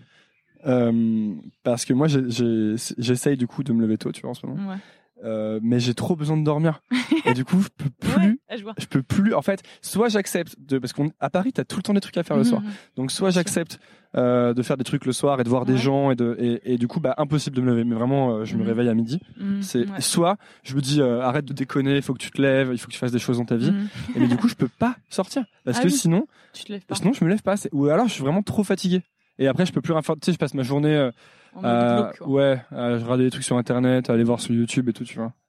euh, parce que moi j'ai, j'ai, j'essaye du coup de me lever tôt, tu vois, en ce moment. Ouais. Euh, mais j'ai trop besoin de dormir et du coup je peux plus ouais, je, je peux plus en fait, soit j'accepte de, parce qu'à Paris t'as tout le temps des trucs à faire le mmh, soir, donc soit j'accepte euh, de faire des trucs le soir et de voir ouais. des gens et de et, et du coup bah impossible de me lever, mais vraiment euh, je mmh. me réveille à midi, mmh, c'est ouais. soit je me dis euh, arrête de déconner, il faut que tu te lèves, il faut que tu fasses des choses dans ta vie, mmh. et mais du coup je peux pas sortir parce ah, que oui. sinon tu te lèves pas. Sinon je me lève pas, c'est, ou alors je suis vraiment trop fatigué et après je peux plus rien faire, tu sais, je passe ma journée euh, à, bloc, ouais à regarder des trucs sur internet, à aller voir sur YouTube et tout, tu vois.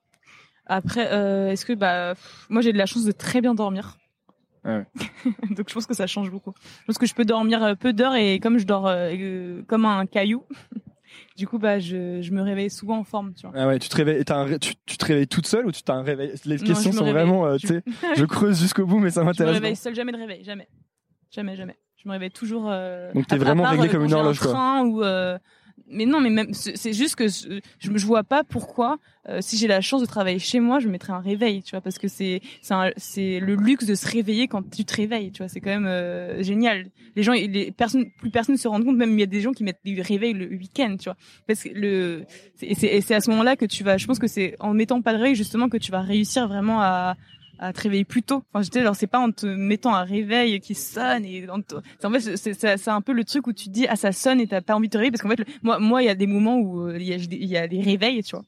Après, euh, est-ce que bah moi j'ai de la chance de très bien dormir. Ouais. Donc je pense que ça change beaucoup. Je pense que je peux dormir peu d'heures et comme je dors euh, comme un caillou, du coup bah je je me réveille souvent en forme, tu vois. Ah ouais, tu te réveilles, t'as un, tu, tu te réveilles toute seule ou tu t'as un réveil? Les non, questions sont réveille. vraiment, euh, tu sais, je creuse jusqu'au bout, mais ça m'intéresse. Je me réveille seule, jamais de réveil, jamais, jamais, jamais. Je me réveille toujours. Euh, Donc t'es vraiment part, réglé euh, comme une horloge, quoi. Train ou euh, mais non, mais même c'est juste que je je vois pas pourquoi euh, si j'ai la chance de travailler chez moi, je mettrais un réveil, tu vois, parce que c'est c'est un, c'est le luxe de se réveiller quand tu te réveilles, tu vois, c'est quand même euh, génial. Les gens, les personnes, plus personne ne se rend compte, même il y a des gens qui mettent des réveils le week-end, tu vois, parce que le c'est c'est, c'est à ce moment-là que tu vas, je pense que c'est en mettant pas de réveil justement que tu vas réussir vraiment à à te réveiller plus tôt. Enfin, j'étais, alors c'est pas en te mettant un réveil qui sonne et en, te... c'est, en fait c'est, c'est c'est un peu le truc où tu te dis ah ça sonne et t'as pas envie de te réveiller parce qu'en fait le... moi moi il y a des moments où il y a il y a des réveils, tu vois.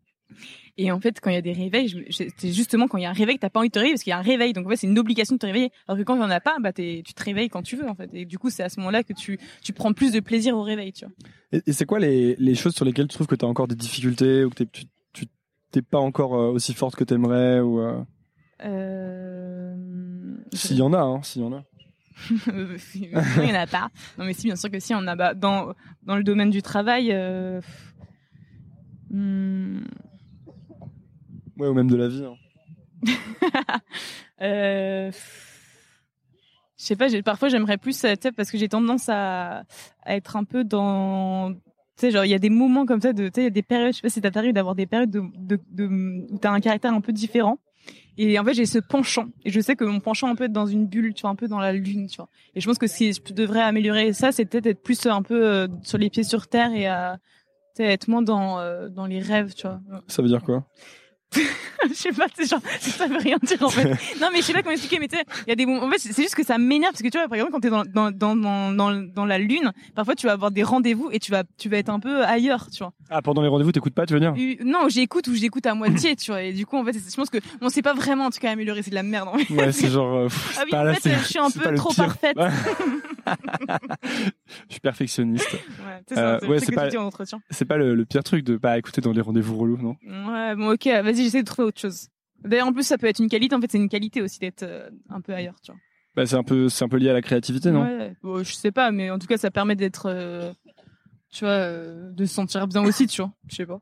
Et en fait quand il y a des réveils, je... c'est justement quand il y a un réveil, t'as pas envie de te réveiller parce qu'il y a un réveil. Donc en fait c'est une obligation de te réveiller. Alors que quand il y en a pas, bah t'es... tu te réveilles quand tu veux en fait. Et du coup c'est à ce moment-là que tu tu prends plus de plaisir au réveil, tu vois. Et, et c'est quoi les les choses sur lesquelles tu trouves que t'as encore des difficultés ou que t'es tu tu t'es pas encore euh, aussi forte que t'aimerais ou euh... Euh... S'il y en a, hein, s'il y en a. non, il y en a pas. Non, mais si, bien sûr que si, on a bah, dans dans le domaine du travail. Euh... Hmm... Ouais, ou même de la vie. Hein. euh... Je sais pas. J'ai... Parfois, j'aimerais plus, tu sais, parce que j'ai tendance à, à être un peu dans. Tu sais, genre, il y a des moments comme ça de, tu sais, il y a des périodes. Je sais pas si t'as t'arrive d'avoir des périodes de, de, de, où t'as un caractère un peu différent. Et en fait, j'ai ce penchant. Et je sais que mon penchant un peu être dans une bulle, tu vois, un peu dans la lune, tu vois. Et je pense que si je devrais améliorer ça, c'est peut-être être plus un peu euh, sur les pieds sur terre et à, sais, être moins dans euh, dans les rêves, tu vois. Ça veut dire quoi? Je sais pas, c'est genre, ça veut rien dire en fait. Non mais je sais pas comment expliquer, mais tu sais, il y a des moments, en fait c'est juste que ça m'énerve parce que tu vois par exemple quand t'es dans dans dans dans dans, dans la lune, parfois tu vas avoir des rendez-vous et tu vas tu vas être un peu ailleurs, tu vois. Ah, pendant les rendez-vous t'écoutes pas, tu veux dire? Euh, non, j'écoute ou j'écoute à moitié, tu vois, et du coup en fait je pense que on sait pas vraiment en tout cas améliorer, c'est de la merde. En fait. Ouais, c'est genre euh, pff, ah oui, pas en là, fait je suis un peu trop parfaite. Je suis perfectionniste. Ouais, c'est ça, c'est, euh, ouais, c'est, pas, c'est pas le, le pire truc de pas écouter dans les rendez-vous relous, non? Ouais, bon ok, vas-y, j'essaie de trouver autre chose. D'ailleurs, en plus, ça peut être une qualité. En fait, c'est une qualité aussi d'être euh, un peu ailleurs, tu vois. Bah, c'est un peu, c'est un peu lié à la créativité, non? Ouais. Bon, je sais pas, mais en tout cas, ça permet d'être, euh, tu vois, euh, de se sentir bien aussi, tu vois. Je sais pas.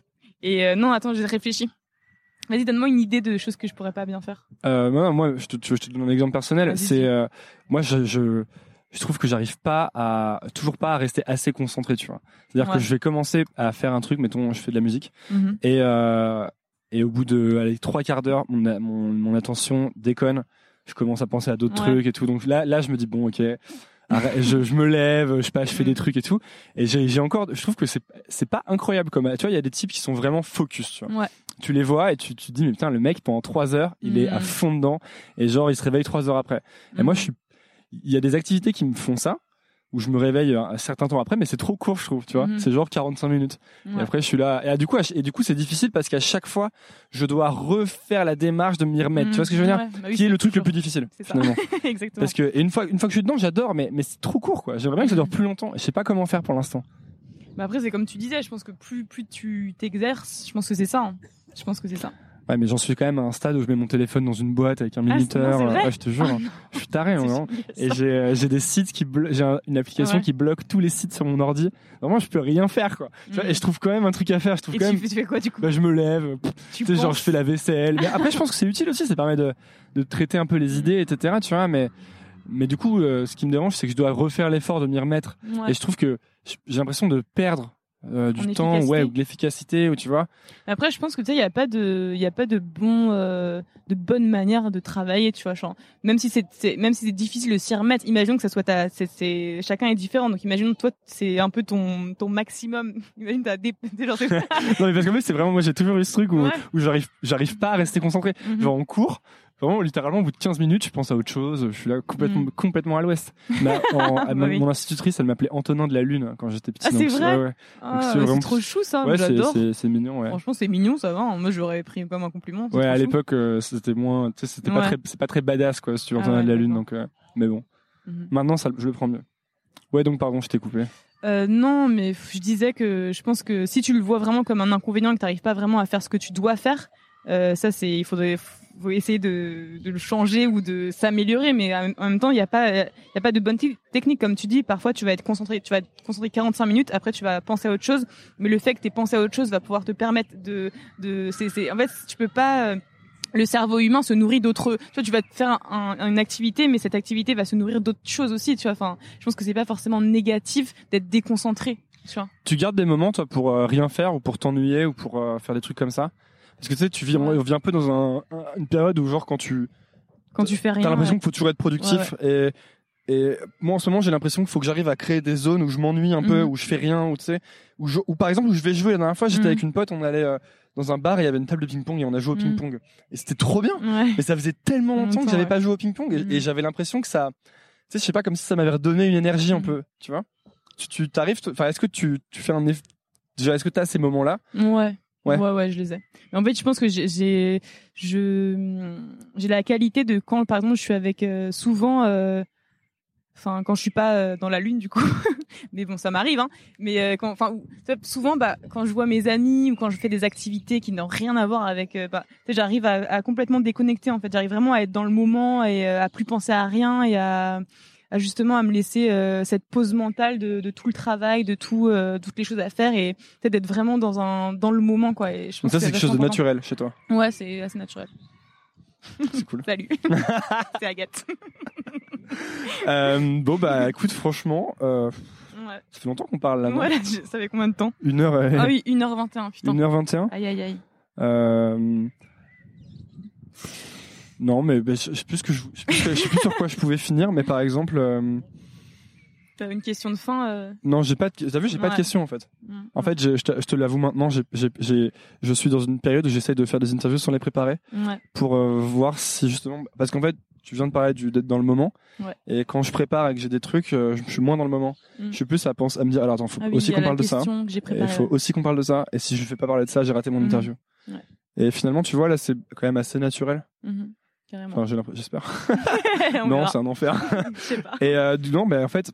Et euh, non, attends, j'ai réfléchi. Vas-y, donne-moi une idée de choses que je pourrais pas bien faire. Euh, moi, moi, je te, je te donne un exemple personnel. Vas-y, c'est, euh, moi, je, je, je trouve que j'arrive pas à, toujours pas à rester assez concentré, tu vois. C'est-à-dire ouais. que je vais commencer à faire un truc, mettons, je fais de la musique, mm-hmm. et euh, Et au bout de allez, trois quarts d'heure, mon, mon, mon attention déconne. Je commence à penser à d'autres ouais. trucs et tout. Donc là, là, je me dis bon, ok, arrête, je, je me lève, je sais pas, je fais des trucs et tout. Et j'ai, j'ai encore, je trouve que c'est, c'est pas incroyable comme, tu vois, il y a des types qui sont vraiment focus, tu vois. Ouais. Tu les vois et tu, tu te dis mais putain, le mec pendant trois heures, il mmh. est à fond dedans et genre il se réveille trois heures après. Mmh. Et moi, je suis, il y a des activités qui me font ça, où je me réveille un certain temps après, mais c'est trop court, je trouve, tu vois. Mm-hmm. C'est genre quarante-cinq minutes. Ouais. Et après, je suis là. Et du coup, et du coup, c'est difficile parce qu'à chaque fois, je dois refaire la démarche de m'y remettre. Mm-hmm. Tu vois ce que je veux dire? Ouais, bah oui, qui est le truc toujours le plus difficile, c'est finalement. Ça. Exactement. Parce que, et une fois, une fois que je suis dedans, j'adore, mais, mais c'est trop court, quoi. J'aimerais bien que ça dure plus longtemps. Et je sais pas comment faire pour l'instant. Bah après, c'est comme tu disais, je pense que plus, plus tu t'exerces, je pense que c'est ça, hein. Je pense que c'est ça. Ouais, mais j'en suis quand même à un stade où je mets mon téléphone dans une boîte avec un ah, minuteur. Ouais, je te jure. Ah, je suis taré, hein. Et j'ai, euh, j'ai des sites qui blo- j'ai un, une application ouais. qui bloque tous les sites sur mon ordi. Vraiment, je peux rien faire, quoi. Mm. Tu vois, et je trouve quand même un truc à faire. Je trouve et quand tu, même. Tu fais quoi, du coup? Bah, je me lève. Tu sais, genre, je fais la vaisselle. Mais après, je pense que c'est utile aussi. Ça permet de, de traiter un peu les idées, et cetera. Tu vois, mais, mais du coup, euh, ce qui me dérange, c'est que je dois refaire l'effort de m'y remettre. Ouais. Et je trouve que j'ai l'impression de perdre. Euh, du temps, ouais, ou de l'efficacité, ou tu vois. Après, je pense que tu sais, il y a pas de, il y a pas de bon, euh, de bonne manière de travailler, tu vois. Genre, même si c'est, c'est, même si c'est difficile de s'y remettre, imagine que ça soit ta, c'est, c'est, chacun est différent. Donc, imagine toi, c'est un peu ton, ton maximum. Imagine t'as des, des genre. Non, mais parce que c'est vraiment, moi, j'ai toujours eu ce truc où, ouais. où j'arrive, j'arrive pas à rester concentré. Mm-hmm. Genre en cours. Vraiment, littéralement, au bout de quinze minutes, je pense à autre chose. Je suis là complètement, mmh. complètement à l'ouest. Mais en, à ma, oui. Mon institutrice, elle m'appelait Antonin de la Lune quand j'étais petit. Ah, c'est vrai? Ouais, ouais. Ah, c'est, vraiment... c'est trop chou, ça. Ouais, j'adore. C'est, c'est, c'est mignon, ouais. Franchement, c'est mignon, ça va. Moi, j'aurais pris comme un compliment. Ouais, à chou. L'époque, euh, c'était moins, tu sais, c'était ouais. pas très, c'est pas très badass, quoi, si tu veux Antonin ah, ouais, de la Lune, donc, euh, mais bon. Mmh. Maintenant, ça, je le prends mieux. Ouais, donc, pardon, je t'ai coupé. Euh, non, mais je disais que je pense que si tu le vois vraiment comme un inconvénient et que t'arrives pas vraiment à faire ce que tu dois faire, euh, ça, c'est, il faudrait, faut essayer de, de le changer ou de s'améliorer, mais en même temps, il n'y a pas, il y a pas de bonne t- technique, comme tu dis. Parfois, tu vas être concentré, tu vas être concentré quarante-cinq minutes. Après, tu vas penser à autre chose. Mais le fait que t'aies pensé à autre chose va pouvoir te permettre de, de, c'est, c'est, en fait, tu peux pas. Le cerveau humain se nourrit d'autres. Tu vois, tu vas faire un, un, une activité, mais cette activité va se nourrir d'autres choses aussi. Tu vois, enfin, je pense que c'est pas forcément négatif d'être déconcentré. Tu vois. Tu gardes des moments, toi, pour euh, rien faire ou pour t'ennuyer ou pour euh, faire des trucs comme ça? Parce que tu sais, tu vis, on vit un peu dans un, un, une période où genre quand tu quand tu fais rien, t'as l'impression ouais. qu'il faut toujours être productif ouais, ouais. et et moi en ce moment j'ai l'impression qu'il faut que j'arrive à créer des zones où je m'ennuie un mmh. peu, où je fais rien, où tu sais, où, je, où par exemple où je vais jouer. La dernière fois j'étais mmh. avec une pote, on allait euh, dans un bar et il y avait une table de ping-pong et on a joué au mmh. ping-pong et c'était trop bien. Ouais. Mais ça faisait tellement longtemps, longtemps que j'avais ouais. pas joué au ping-pong et, mmh. et j'avais l'impression que ça, tu sais, je sais pas, comme si ça m'avait redonné une énergie mmh. un peu, tu vois. Tu tu t'arrives, enfin est-ce que tu tu fais un eff... déjà est-ce que t'as ces moments-là? Ouais. Ouais. ouais, ouais, je les ai. Mais en fait, je pense que j'ai, j'ai, je, j'ai la qualité de quand, par exemple, je suis avec euh, souvent, enfin, euh, quand je suis pas euh, dans la lune, du coup. Mais bon, ça m'arrive, hein. Mais euh, quand, enfin, souvent, bah, quand je vois mes amis ou quand je fais des activités qui n'ont rien à voir avec, euh, bah, tu sais, j'arrive à, à complètement déconnecter. En fait, j'arrive vraiment à être dans le moment et euh, à plus penser à rien et à à justement à me laisser euh, cette pause mentale de, de tout le travail, de tout, euh, toutes les choses à faire et peut-être d'être vraiment dans un dans le moment, quoi. Et je pense donc ça que c'est quelque chose de naturel chez toi. Ouais, c'est assez naturel. C'est cool. Salut. C'est Agathe. euh, bon bah écoute, franchement, euh, ouais. ça fait longtemps qu'on parle là. Ouais, là, ça fait combien de temps? Une heure. Euh... Ah oui, une heure vingt et un. Putain. Une heure vingt et un. Aïe aïe aïe. Euh... Non, mais bah, je sais plus ce que je, je sais plus, je sais plus sur quoi je pouvais finir, mais par exemple, euh, T'as une question de fin euh... Non, j'ai pas. De... T'as vu, j'ai ouais. pas de question en fait. Mmh. En fait, je, je, te, je te l'avoue maintenant, j'ai, j'ai, j'ai, je suis dans une période où j'essaye de faire des interviews sans les préparer ouais. pour euh, voir si justement, parce qu'en fait, tu viens de parler du, d'être dans le moment, ouais. et quand je prépare et que j'ai des trucs, euh, je suis moins dans le moment. Mmh. Je suis plus à penser, à me dire, alors attends, faut ah oui, aussi qu'on parle de ça. Il faut aussi qu'on parle de ça. Et si je fais pas parler de ça, j'ai raté mon mmh. interview. Ouais. Et finalement, tu vois, là, c'est quand même assez naturel. Mmh. Carrément. Enfin, j'ai j'espère. non, verra. C'est un enfer. Je sais pas. Et euh, non, ben en fait.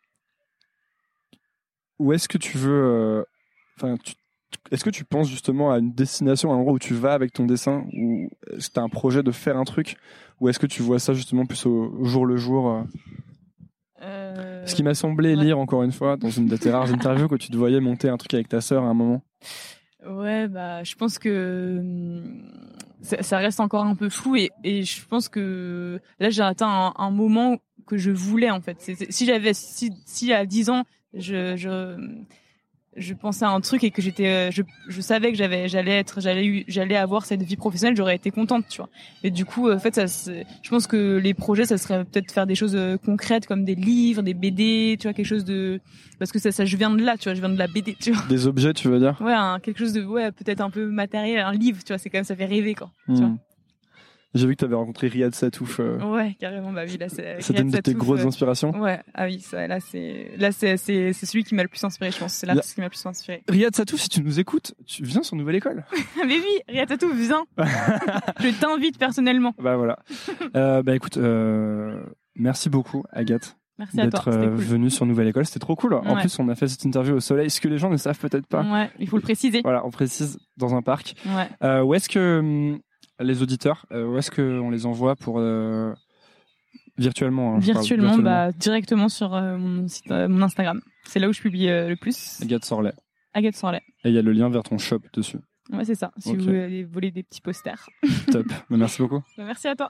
Où est-ce que tu veux enfin euh, est-ce que tu penses justement à une destination, à un endroit où tu vas avec ton dessin, ou est-ce que tu as un projet de faire un truc, ou est-ce que tu vois ça justement plus au, au jour le jour euh... Euh... Ce qui m'a semblé ouais. lire encore une fois dans une de tes rares interviews que tu te voyais monter un truc avec ta sœur à un moment. Ouais, bah je pense que ça, ça reste encore un peu flou, et, et je pense que là j'ai atteint un, un moment que je voulais en fait. C'est, c'est, si j'avais si si à dix ans je je je pensais à un truc et que j'étais je je savais que j'avais j'allais être j'allais j'allais avoir cette vie professionnelle, j'aurais été contente, tu vois. Et du coup en fait ça c'est, je pense que les projets ça serait peut-être faire des choses concrètes comme des livres, des B D, tu vois, quelque chose de, parce que ça ça je viens de là, tu vois, je viens de la B D, tu vois. Des objets, tu veux dire? Ouais, un, quelque chose de ouais, peut-être un peu matériel, un livre, tu vois, c'est quand même, ça fait rêver quoi, mmh. tu vois. J'ai vu que tu avais rencontré Riyad Sattouf. Euh... Ouais, carrément. Bah oui, là c'est. C'était une de tes grosses euh... inspirations. Ouais, ah oui, ça, là c'est, là c'est, c'est, c'est celui qui m'a le plus inspiré, je pense. C'est l'artiste a... qui m'a le plus inspiré. Riyad Sattouf, si tu nous écoutes, tu viens sur Nouvelle École. Mais oui, Riyad Sattouf, viens. Je t'invite personnellement. Bah voilà. euh, bah écoute, euh, merci beaucoup, Agathe. Merci à d'être toi. euh, cool. venue sur Nouvelle École, c'était trop cool. En ouais. plus, on a fait cette interview au soleil, ce que les gens ne savent peut-être pas. Ouais, il faut le préciser. Voilà, on précise, dans un parc. Ouais. Euh, où est-ce que hum, les auditeurs, euh, où est-ce qu'on les envoie pour euh, virtuellement, hein, virtuellement, virtuellement, bah directement sur euh, mon site, euh, mon Instagram. C'est là où je publie euh, le plus. Agathe Sorlet. Agathe Sorlet. Et il y a le lien vers ton shop dessus. Ouais, c'est ça. Si okay. vous voulez voler des petits posters. Top. Bah, merci beaucoup. Bah, merci à toi.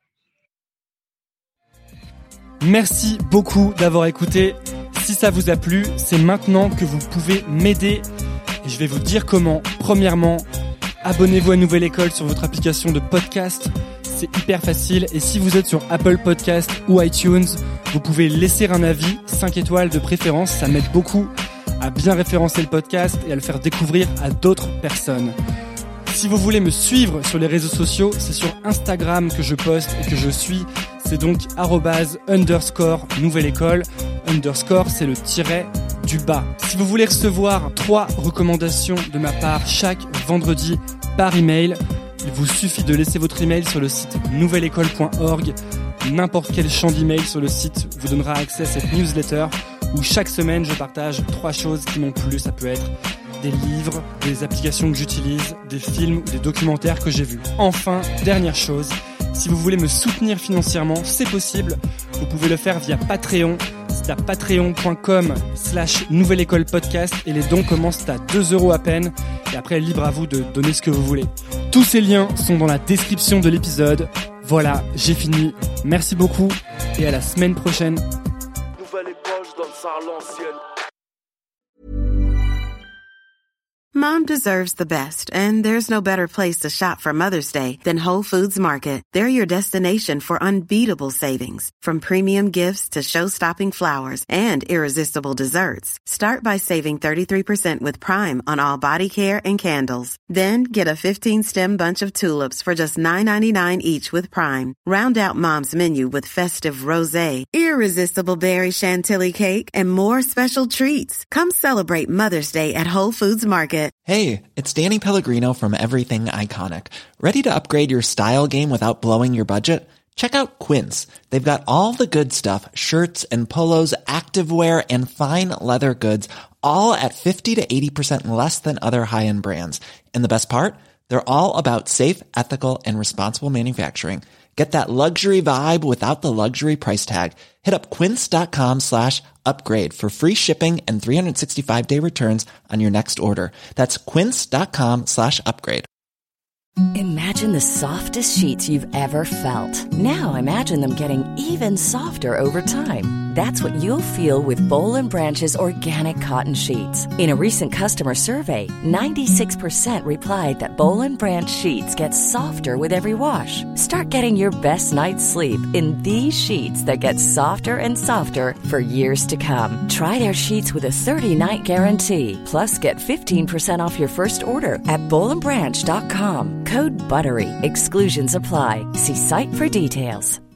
Merci beaucoup d'avoir écouté. Si ça vous a plu, c'est maintenant que vous pouvez m'aider. Et je vais vous dire comment. Premièrement, abonnez-vous à Nouvelle École sur votre application de podcast. C'est hyper facile. Et si vous êtes sur Apple Podcast ou iTunes, vous pouvez laisser un avis, cinq étoiles de préférence. Ça m'aide beaucoup à bien référencer le podcast et à le faire découvrir à d'autres personnes. Si vous voulez me suivre sur les réseaux sociaux, c'est sur Instagram que je poste et que je suis. C'est donc arrobase underscore nouvelle école. Underscore, c'est le tiret du bas. Si vous voulez recevoir trois recommandations de ma part chaque vendredi par email, il vous suffit de laisser votre email sur le site nouvelle école point org. N'importe quel champ d'email sur le site vous donnera accès à cette newsletter où chaque semaine je partage trois choses qui m'ont plu. Ça peut être des livres, des applications que j'utilise, des films ou des documentaires que j'ai vus. Enfin, dernière chose, si vous voulez me soutenir financièrement, c'est possible. Vous pouvez le faire via Patreon. C'est à patreon.com slash nouvelle école podcast et les dons commencent à deux euros à peine. Et après, libre à vous de donner ce que vous voulez. Tous ces liens sont dans la description de l'épisode. Voilà, j'ai fini. Merci beaucoup et à la semaine prochaine. Nouvelle école, je donne ça à l'ancienne. Mom deserves the best, and there's no better place to shop for Mother's Day than Whole Foods Market. They're your destination for unbeatable savings, from premium gifts to show-stopping flowers and irresistible desserts. Start by saving thirty-three percent with Prime on all body care and candles. Then get a fifteen-stem bunch of tulips for just nine ninety-nine each with Prime. Round out Mom's menu with festive rosé, irresistible berry chantilly cake, and more special treats. Come celebrate Mother's Day at Whole Foods Market. Hey, it's Danny Pellegrino from Everything Iconic. Ready to upgrade your style game without blowing your budget? Check out Quince. They've got all the good stuff, shirts and polos, activewear, and fine leather goods, all at fifty to eighty percent less than other high-end brands. And the best part? They're all about safe, ethical, and responsible manufacturing. Get that luxury vibe without the luxury price tag. Hit up quince.com slash upgrade for free shipping and three sixty-five day returns on your next order. That's quince.com slash upgrade. Imagine the softest sheets you've ever felt. Now imagine them getting even softer over time. That's what you'll feel with Boll and Branch's organic cotton sheets. In a recent customer survey, ninety-six percent replied that Boll and Branch sheets get softer with every wash. Start getting your best night's sleep in these sheets that get softer and softer for years to come. Try their sheets with a thirty-night guarantee. Plus, get fifteen percent off your first order at boll and branch dot com. Code BUTTERY. Exclusions apply. See site for details.